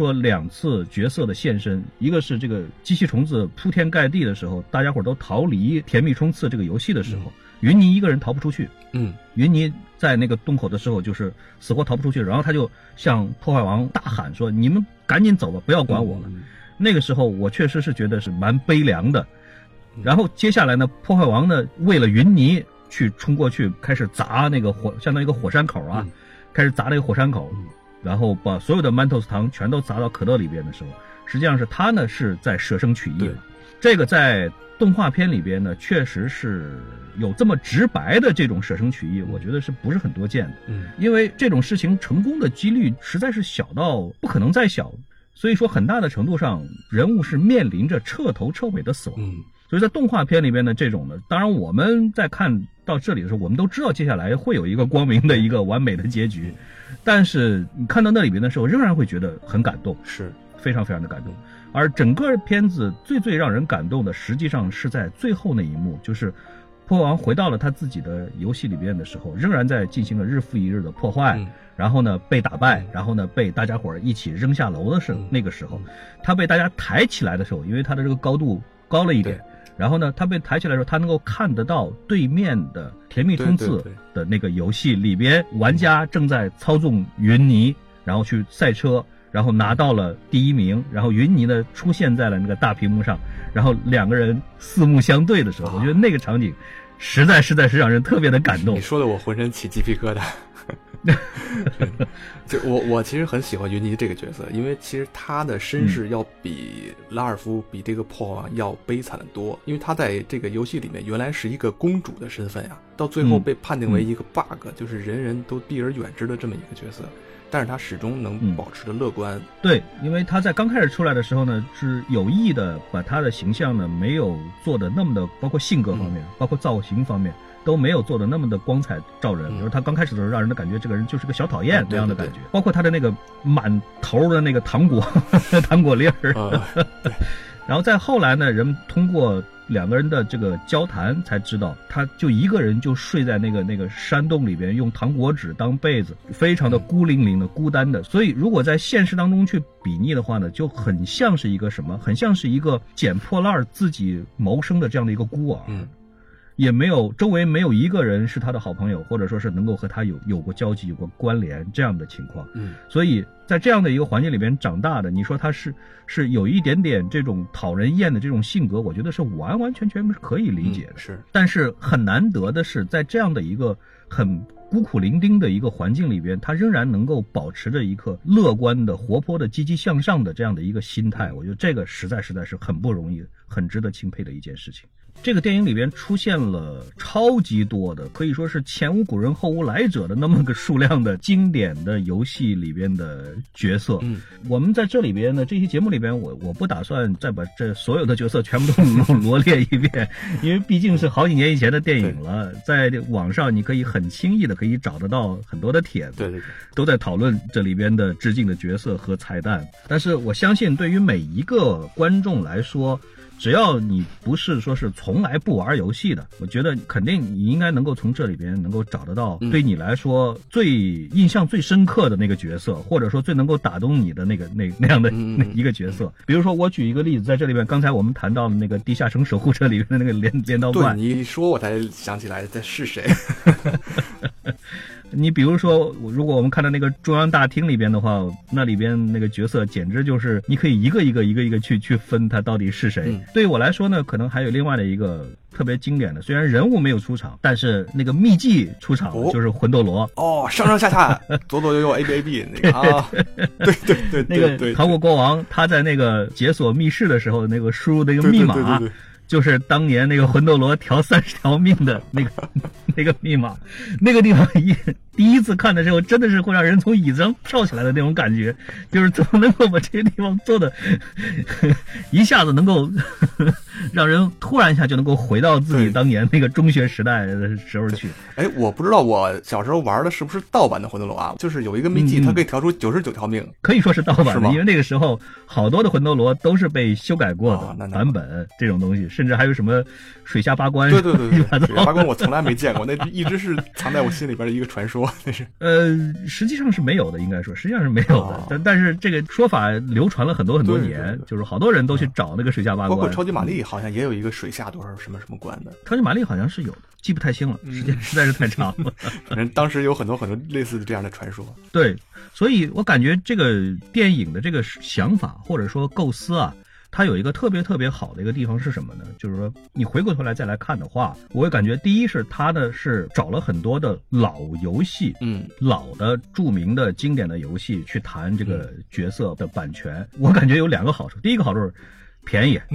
2次角色的现身，一个是这个机器虫子铺天盖地的时候，大家伙都逃离甜蜜冲刺这个游戏的时候，云妮一个人逃不出去。云妮在那个洞口的时候就是死活逃不出去，然后他就向破坏王大喊说：“你们赶紧走吧，不要管我了。”那个时候我确实是觉得是蛮悲凉的。然后接下来呢，破坏王呢为了云妮去冲过去，开始砸那个相当于一个火山口啊，开始砸那个火山口。然后把所有的 Mentos 糖全都砸到可乐里边的时候，实际上是他呢是在舍生取义。这个在动画片里边呢，确实是有这么直白的这种舍生取义，我觉得是不是很多见的。因为这种事情成功的几率实在是小到不可能再小，所以说很大的程度上人物是面临着彻头彻尾的死亡。所以在动画片里边的这种呢，当然我们在看到这里的时候，我们都知道接下来会有一个光明的一个完美的结局，但是你看到那里边的时候，仍然会觉得很感动，是非常非常的感动。而整个片子最让人感动的，实际上是在最后那一幕，就是破坏王回到了他自己的游戏里边的时候，仍然在进行了日复一日的破坏，然后呢被打败，然后呢被大家伙一起扔下楼的时候，那个时候他被大家抬起来的时候，因为他的这个高度高了一点，然后呢他被抬起来的时候，他能够看得到对面的甜蜜冲刺的那个游戏里边，玩家正在操纵云泥，然后去赛车，然后拿到了第1名，然后云泥呢出现在了那个大屏幕上，然后2个人四目相对的时候，我觉得那个场景实在是让人特别的感动。 你说的我浑身起鸡皮疙瘩。就我其实很喜欢云妮这个角色，因为其实他的身世要比拉尔夫比这个破王要悲惨的多，因为他在这个游戏里面原来是一个公主的身份呀，到最后被判定为一个 bug，就是人人都避而远之的这么一个角色。但是他始终能保持着乐观。 对，因为他在刚开始出来的时候呢，是有意的把他的形象呢没有做的那么的，包括性格方面，包括造型方面都没有做的那么的光彩照人。比如他刚开始的时候，让人的感觉这个人就是个小讨厌那样的感觉，包括他的那个满头的那个糖果粒儿。然后再后来呢，人们通过2个人的这个交谈才知道，他就一个人就睡在那个山洞里边，用糖果纸当被子，非常的孤零零的、孤单的。所以如果在现实当中去比拟的话呢，就很像是一个什么？很像是一个捡破烂自己谋生的这样的一个孤儿。也没有周围没有一个人是他的好朋友，或者说是能够和他有过交集、有过关联这样的情况。所以在这样的一个环境里边长大的，你说他是有一点点这种讨人厌的这种性格，我觉得是完完全全是可以理解的。 是， 但是很难得的是，在这样的一个很孤苦伶仃的一个环境里边，他仍然能够保持着一颗乐观的、活泼的、积极向上的这样的一个心态。我觉得这个实在是很不容易、很值得钦佩的一件事情。这个电影里边出现了超级多的，可以说是前无古人后无来者的那么个数量的经典的游戏里边的角色。我们在这里边呢，这期节目里边我不打算再把这所有的角色全部都罗列一遍，因为毕竟是好几年以前的电影了，在网上你可以很轻易的可以找得到很多的帖子，都在讨论这里边的致敬的角色和彩蛋。但是我相信对于每一个观众来说，只要你不是说是从来不玩游戏的，我觉得肯定你应该能够从这里边能够找得到对你来说最印象最深刻的那个角色，或者说最能够打动你的那样的那一个角色。比如说我举一个例子，在这里边刚才我们谈到的那个地下城守护者里边的那个镰刀怪， 对，你说我才想起来这是谁。 你比如说，如果我们看到那个中央大厅里边的话，那里边那个角色简直就是你可以一个一个去分他到底是谁。对于我来说呢，可能还有另外的一个特别经典的，虽然人物没有出场，但是那个秘技出场就是魂斗罗。 上上下下左左右右 A B A B 那个啊，对， 那个糖果国王他在那个解锁密室的时候，那个输入那个密码。就是当年那个魂斗罗调30条命的那个密码，那个地方第一次看的时候，真的是会让人从椅子上跳起来的那种感觉，就是怎么能够把这个地方做的一下子能够让人突然一下就能够回到自己当年那个中学时代的时候去。 我不知道我小时候玩的是不是盗版的魂斗罗啊？就是有一个秘技，它可以调出99条命， 可以说是盗版的，因为那个时候好多的魂斗罗都是被修改过的版本，这种东西。甚至还有什么水下八关？ 对，水下八关我从来没见过，那一直是藏在我心里边的一个传说。那是实际上是没有的，应该说实际上是没有的。但是这个说法流传了很多年，就是好多人都去找那个水下八关。 包括超级玛丽好像也有一个水下多少什么关的。 超级玛丽好像是有的，记不太清了，时间实在是太长了。 反正当时有很多类似的这样的传说。 对，所以我感觉这个电影的这个想法或者说构思啊，它有一个特别好的一个地方是什么呢？就是说你回过头来再来看的话，我会感觉第一是它的是找了很多的老游戏，老的著名的经典的游戏去谈这个角色的版权。我感觉有2个好处，第一个好处是便宜，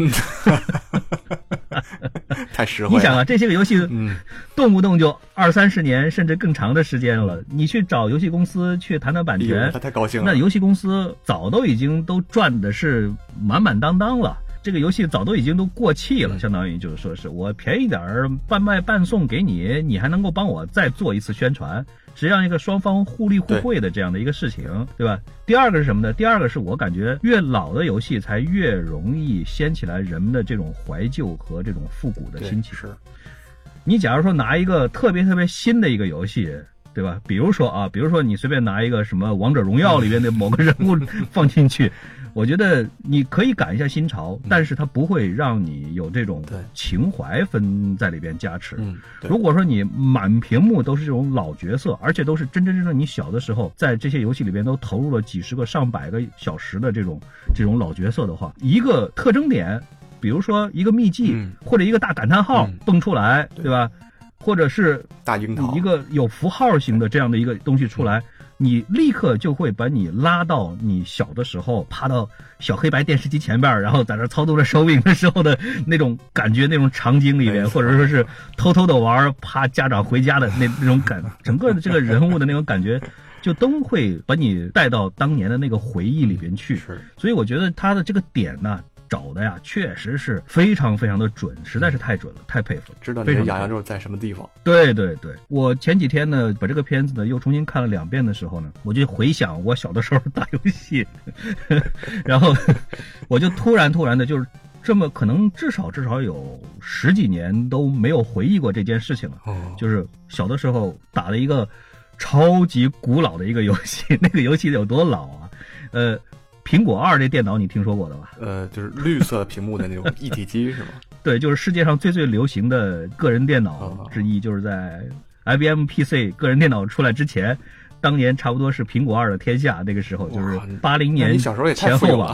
太实惠了。 你想啊，这些个游戏动不动就20-30年甚至更长的时间了，你去找游戏公司去谈版权， 他太高兴了。 那游戏公司早都已经都赚的是满满当当了，这个游戏早都已经都过气了，相当于就是说是我便宜点半卖半送给你，你还能够帮我再做一次宣传，实际上一个双方互利互惠的这样的一个事情， 对吧？第二个是什么呢？第二个是我感觉越老的游戏才越容易掀起来人们的这种怀旧和这种复古的心情。 你假如说拿一个特别特别新的一个游戏，对吧？比如说你随便拿一个什么王者荣耀里面的某个人物放进去，我觉得你可以赶一下新潮，但是它不会让你有这种情怀分在里边加持。如果说你满屏幕都是这种老角色，而且都是真真正正你小的时候在这些游戏里边都投入了几十个上百个小时的这种老角色的话，一个特征点，比如说一个秘技，或者一个大感叹号蹦出来，对吧？或者是大樱桃一个有符号型的这样的一个东西出来，你立刻就会把你拉到你小的时候趴到小黑白电视机前边，然后在那操作着手柄的时候的那种感觉，那种场景里边，或者说是偷偷的玩，怕家长回家的那种感，整个的这个人物的那种感觉，就都会把你带到当年的那个回忆里边去。所以我觉得他的这个点呢，找的呀，确实是非常非常的准，实在是太准了，太佩服了， 知道你的痒痒肉在什么地方。 对对对，我前几天呢，把这个片子呢又重新看了2遍的时候呢，我就回想我小的时候打游戏，然后我就突然的就是这么可能至少有10几年都没有回忆过这件事情了。就是小的时候打了一个超级古老的一个游戏，那个游戏有多老啊？苹果2这电脑你听说过的吧？ 就是绿色屏幕的那种一体机是吗？ 对，就是世界上最流行的个人电脑之一，就是在 IBM PC 个人电脑出来之前，当年差不多是苹果2的天下，那个时候就是80年前后吧。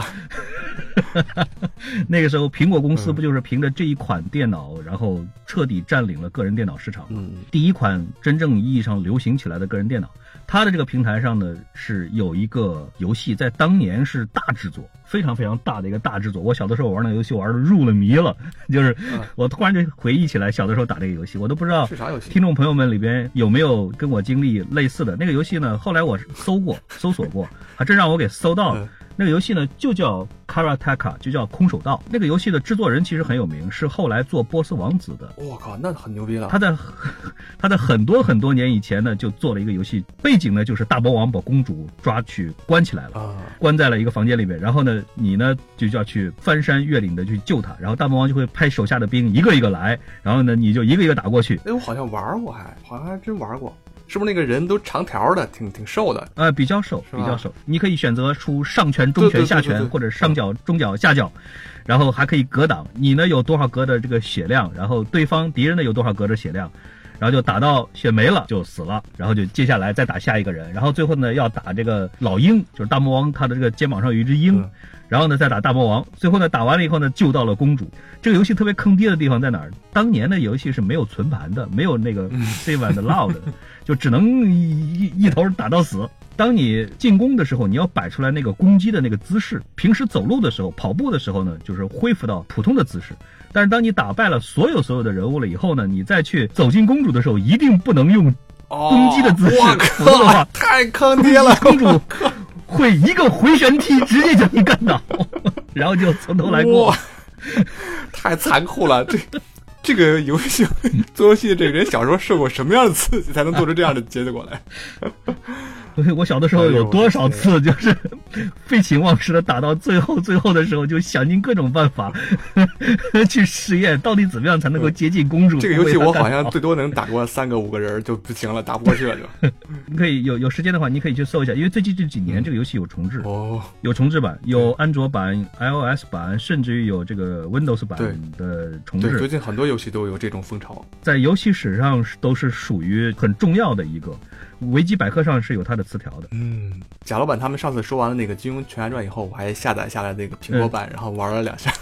那个时候苹果公司不就是凭着这一款电脑，然后彻底占领了个人电脑市场，第一款真正意义上流行起来的个人电脑。它的这个平台上呢，是有一个游戏，在当年是大制作，非常非常大的一个大制作。我小的时候玩那个游戏玩的入了迷了，就是我突然就回忆起来小的时候打这个游戏，我都不知道听众朋友们里边有没有跟我经历类似的那个游戏呢。后来我搜索过，还真让我给搜到了。那个游戏呢就叫 Karateka， 就叫空手道。那个游戏的制作人其实很有名，是后来做波斯王子的。 我靠，那很牛逼了。 他在很多年以前呢就做了一个游戏，背景呢就是大魔王把公主抓去关起来了，关在了一个房间里面，然后呢你呢就要去翻山越岭的去救他，然后大魔王就会派手下的兵一个一个来，然后呢你就一个一个打过去。 我好像玩过，好像还真玩过。是不是那个人都长条的，挺瘦的？ 比较瘦。你可以选择出上拳、中拳、下拳，或者上脚、中脚、下脚，然后还可以格挡。你呢有多少格的这个血量，然后敌人呢有多少格的血量，然后就打到血没了就死了，然后就接下来再打下一个人，然后最后呢要打这个老鹰，就是大魔王他的这个肩膀上有一只鹰。然后呢再打大魔王，最后呢打完了以后呢救到了公主。这个游戏特别坑爹的地方在哪儿？当年的游戏是没有存盘的，没有那个 save and load 的，就只能一头打到死。当你进攻的时候，你要摆出来那个攻击的那个姿势。平时走路的时候、跑步的时候呢，就是恢复到普通的姿势。但是当你打败了所有的人物了以后呢，你再去走进公主的时候，一定不能用攻击的姿势，否则的话太坑爹了， 公主会一个回旋踢直接将你干倒，然后就从头来过。 太残酷了！这个游戏做游戏的这个人小时候受过什么样的刺激，才能做出这样的结果来？ 我小的时候有多少次就是废寝忘食的打到最后的时候，就想尽各种办法去试验到底怎么样才能够接近公主。 这个游戏我好像最多能打过3个5个人就不行了，打不过去了就。 你可以有时间的话，你可以去搜一下，因为最近这几年这个游戏有重置，有重置版，有安卓版、iOS 版，甚至于有这个 Windows 版的重置。 对，最近很多游戏都有这种风潮， 在游戏史上都是属于很重要的一个。维基百科上是有它的词条的。 贾老板他们上次说完了那个《金庸群侠传》以后，我还下载下来那个苹果版，然后玩了2下。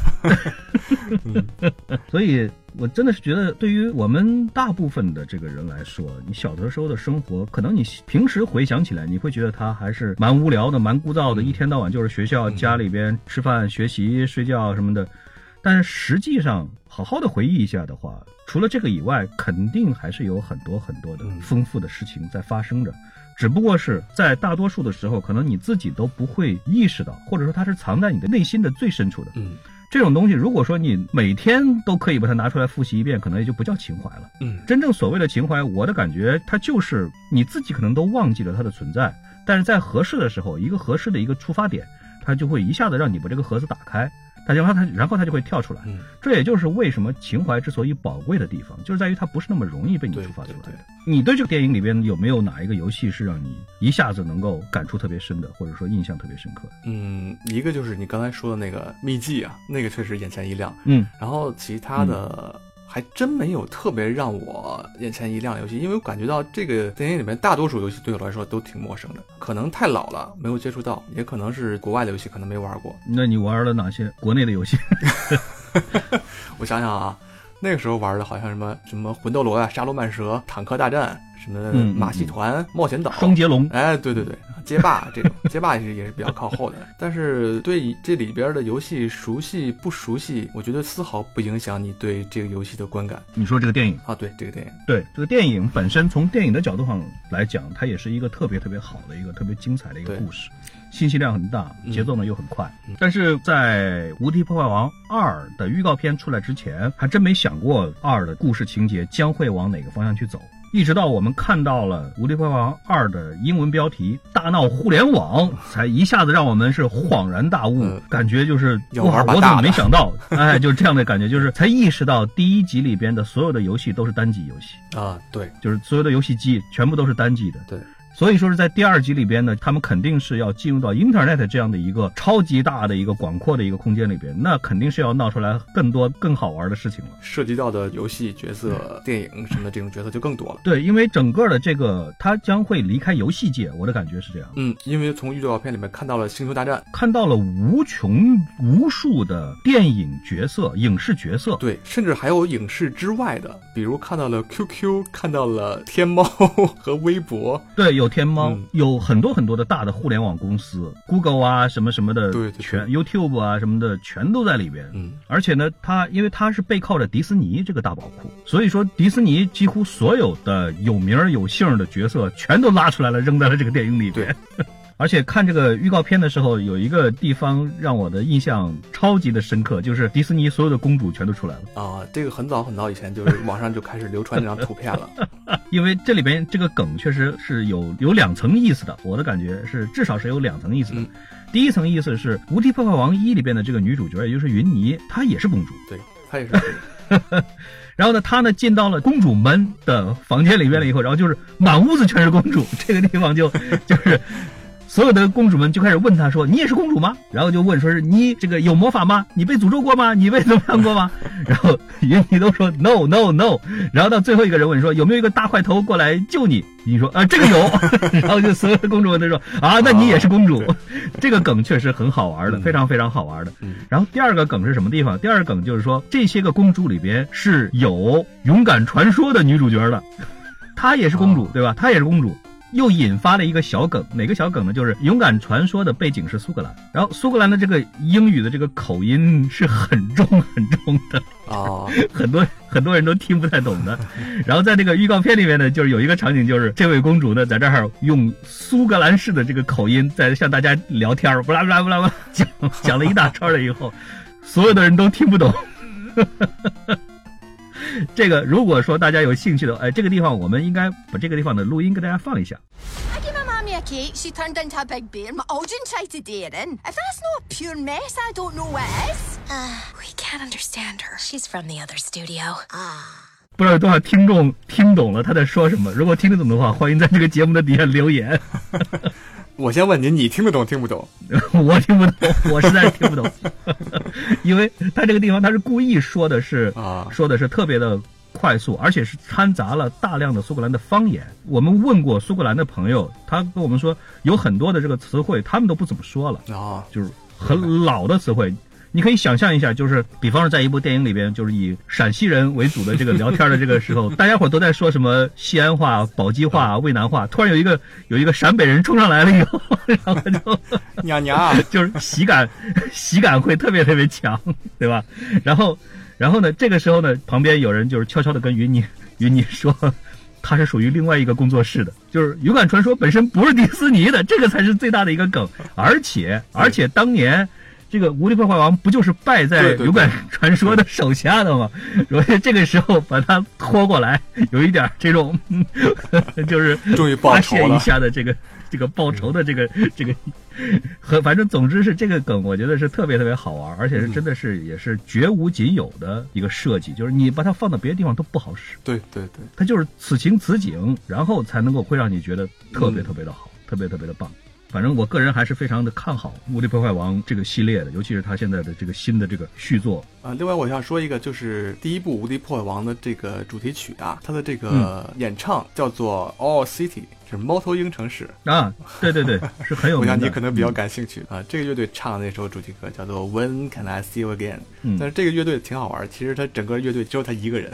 所以我真的是觉得，对于我们大部分的这个人来说，你小的时候的生活，可能你平时回想起来，你会觉得它还是蛮无聊的、蛮枯燥的，一天到晚就是学校、家里边吃饭、学习、睡觉什么的。但是实际上好好的回忆一下的话，除了这个以外，肯定还是有很多的丰富的事情在发生着，只不过是在大多数的时候，可能你自己都不会意识到，或者说它是藏在你的内心的最深处的。这种东西如果说你每天都可以把它拿出来复习一遍，可能也就不叫情怀了。真正所谓的情怀，我的感觉它就是你自己可能都忘记了它的存在，但是在合适的时候，一个合适的一个出发点，它就会一下子让你把这个盒子打开。 然后他就会跳出来。这也就是为什么情怀之所以宝贵的地方，就是在于它不是那么容易被你触发出来的。你对这个电影里边有没有哪一个游戏是让你一下子能够感触特别深的，或者说印象特别深刻的？ 一个就是你刚才说的那个秘技啊，那个确实眼前一亮。然后其他的还真没有特别让我眼前一亮的游戏，因为我感觉到这个电影里面大多数游戏对我来说都挺陌生的，可能太老了没有接触到，也可能是国外的游戏可能没玩过。 那你玩了哪些国内的游戏？ 我想想啊，那个时候玩的好像什么魂斗罗啊、沙罗曼蛇、坦克大战、什么马戏团、冒险岛、 双截龙， 哎，对，街霸这种，街霸也是比较靠后的。但是对这里边的游戏熟悉不熟悉，我觉得丝毫不影响你对这个游戏的观感。 你说这个电影啊？对，这个电影， 对这个电影本身，从电影的角度上来讲，它也是一个特别特别好的一个特别精彩的一个故事。信息量很大，节奏呢又很快。但是在《无敌破坏王2》的预告片出来之前，还真没想过2的故事情节将会往哪个方向去走。一直到我们看到了《无敌破坏王2》的英文标题“大闹互联网”，才一下子让我们是恍然大悟，感觉就是哇，我怎么没想到？哎，就是这样的感觉，就是才意识到第1集里边的所有的游戏都是单机游戏啊，对， 就是所有的游戏机全部都是单机的， 对。 所以说是在第2集里边呢，他们肯定是要进入到 Internet 这样的一个超级大的一个广阔的一个空间里边，那肯定是要闹出来更多更好玩的事情了。 涉及到的游戏角色、电影什么的这种角色就更多了。 对，因为整个的这个它将会离开游戏界，我的感觉是这样。 因为从预告片里面看到了星球大战， 看到了无数的电影角色、影视角色， 对，甚至还有影视之外的，比如看到了 QQ， 看到了天猫和微博， 对，有天猫，有很多很多的大的互联网公司 ，Google 啊，什么什么的， 对， 全 YouTube 啊什么的，全都在里边。而且呢，因为它是背靠着迪士尼这个大宝库，所以说迪士尼几乎所有的有名有姓的角色全都拉出来了，扔在了这个电影里边。而且看这个预告片的时候，有一个地方让我的印象超级的深刻，就是迪士尼所有的公主全都出来了啊！这个很早很早以前就是网上就开始流传这张图片了。 因为这里边这个梗确实是有2层意思的，我的感觉是至少是有2层意思的。第一层意思是《无敌破坏王1》里边的这个女主角，也就是云妮，她也是公主， 对，她也是公主。 然后呢，她呢进到了公主们的房间里边了以后，然后就是满屋子全是公主，这个地方就是所有的公主们就开始问她说：“你也是公主吗？”然后就问说：“是你这个有魔法吗？你被诅咒过吗？你被怎么样过吗？”然后云妮都说 no no no。然后到最后一个人问说：“有没有一个大块头过来救你？”你说这个有。然后就所有的公主们都说：“啊，那你也是公主。”这个梗确实很好玩的，非常非常好玩的。然后第二个梗是什么地方？第二个梗就是说，这些个公主里边是有勇敢传说的女主角的，她也是公主，对吧？她也是公主。又引发了一个小梗，哪个小梗呢？就是勇敢传说的背景是苏格兰，然后苏格兰的这个英语的这个口音是很重很重的啊，很多人都听不太懂的。然后在这个预告片里面呢，就是有一个场景，就是这位公主呢在这儿用苏格兰式的这个口音在向大家聊天，不啦不啦不啦讲了一大串了以后，所有的人都听不懂。这个如果说大家有兴趣的，这个地方我们应该把这个地方的录音给大家放一下。 I gave my mommy a cake, she turned into a big bear. My Algin tried to dare in. If that's not a pure mess, I don't know what is. We can't understand her. She's from the other studio. 不知道有多少听众听懂了他在说什么，如果听得懂的话，欢迎在这个节目的底下留言。 我先问你听得懂听不懂？ 我听不懂，我实在是听不懂。因为他这个地方他是故意说的是特别的快速，而且是掺杂了大量的苏格兰的方言。我们问过苏格兰的朋友，他跟我们说有很多的这个词汇他们都不怎么说了就是很老的词汇。你可以想象一下，就是比方说在一部电影里边，就是以陕西人为主的这个聊天的这个时候，大家伙都在说什么西安话、宝鸡话、渭南话，突然有一个陕北人冲上来了以后，然后就娘娘， 就是喜感会特别特别强，对吧？然后呢，这个时候呢，旁边有人就是悄悄的跟云妮说，他是属于另外一个工作室的，就是勇敢传说本身不是迪士尼的，这个才是最大的一个梗，而且当年。这个无敌破坏王不就是败在勇敢传说的手下的吗？所以这个时候把他拖过来，有一点这种就是终于发泄一下的这个这个报仇的这个和反正总之是这个梗，我觉得是特别特别好玩，而且是真的是也是绝无仅有的一个设计，就是你把它放到别的地方都不好使。 对对对， 它就是此情此景，然后才能够会让你觉得特别特别的好，特别特别的棒。反正我个人还是非常的看好《无敌破坏王》这个系列的，尤其是他现在的这个新的这个续作。 另外我想说一个，就是第一部《无敌破坏王》的这个主题曲啊，它的这个演唱叫做 All City， 是猫头鹰城市啊，对对对，是很有名的。 我想你可能比较感兴趣啊。这个乐队唱的那首主题歌叫做 When Can I See You Again，但是这个乐队挺好玩，其实他整个乐队只有他一个人。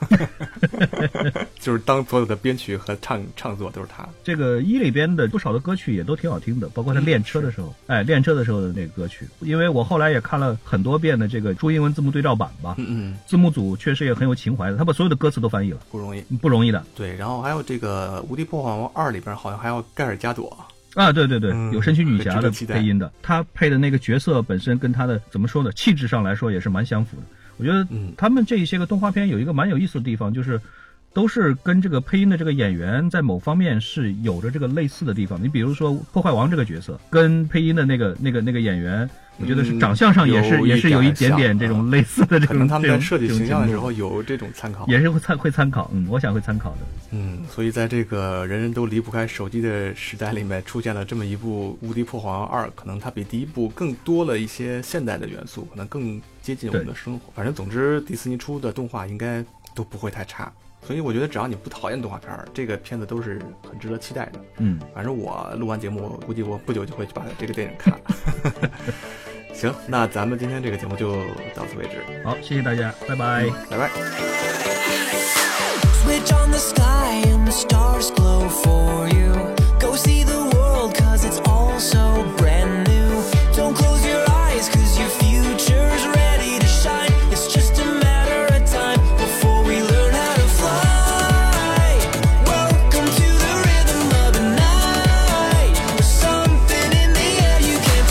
就是当所有的编曲和唱作都是他。这个里边的不少的歌曲也都挺好听的，包括他练车的时候，练车的时候的那个歌曲。因为我后来也看了很多遍的这个中英文字幕对照版吧，字幕组确实也很有情怀的，他把所有的歌词都翻译了，不容易的。对，然后还有这个《无敌破坏王2》里边好像还有盖尔加朵。啊，对对对，有神奇女侠的配音的，他配的那个角色本身跟他的怎么说呢，气质上来说也是蛮相符的。我觉得他们这一些个动画片有一个蛮有意思的地方，就是都是跟这个配音的这个演员在某方面是有着这个类似的地方。你比如说破坏王这个角色跟配音的那个演员，我觉得是长相上也是有一点点这种类似的这种，可能他们在设计形象的时候有这种参考，也是会参考，我想会参考的。所以在这个人人都离不开手机的时代里面，出现了这么一部《无敌破坏王2》，可能它比第一部更多了一些现代的元素，可能更接近我们的生活。反正总之，迪士尼出的动画应该都不会太差。所以我觉得只要你不讨厌动画片，这个片子都是很值得期待的。反正我录完节目，估计我不久就会去把这个电影看了。行，那咱们今天这个节目就到此为止。好，谢谢大家，拜拜，拜拜。Switch on the sky and the stars glow for you. Go see the world 'cause it's all so brand new. Don't close your eyes 'cause your future's ready to shine. It's just a matter of time before we learn how to fly. Welcome to the rhythm of the night. There's something in the air you can't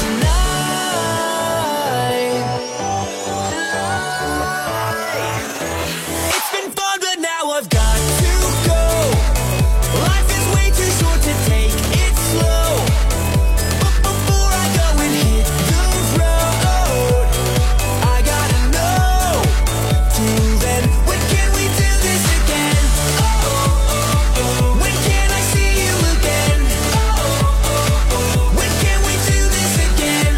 deny. It's been fun, but now I've got to go. Life is way too short to take it slow. But before I go and hit the road, I gotta know. Till then, when can we do this again? When can I see you again? When can we do this again?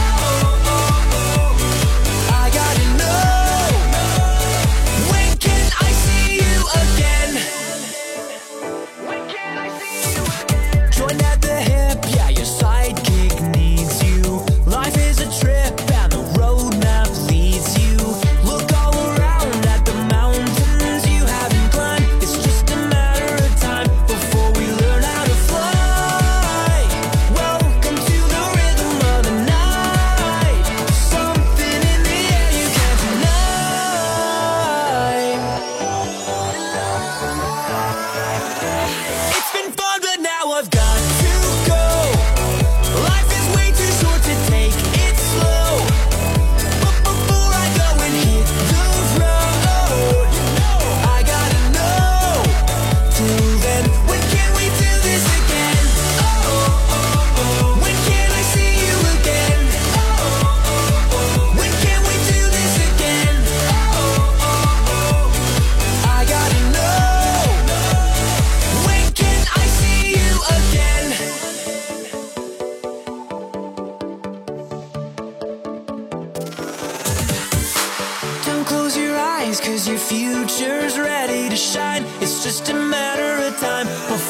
I gotta know. When can I see you again? When can I see you again? Join at the hip, yeah, your sidekick needs you. Life is a trip and the road map leads you. Look all around at the mountains you haven't climbed. It's just a matter of time before we learn how to fly. Welcome to the rhythm of the night. Something in the air you can't deny. It's been fun, but now I've got to go. Life is way too short to take it slow. But before I go and hit the road, I gotta know. Till then, when can we do this again? When can I see you again? When can we do this again? I gotta know. When can I see you again? Don't close your eyes 'cause your future's ready to shine. It's just a matter of time before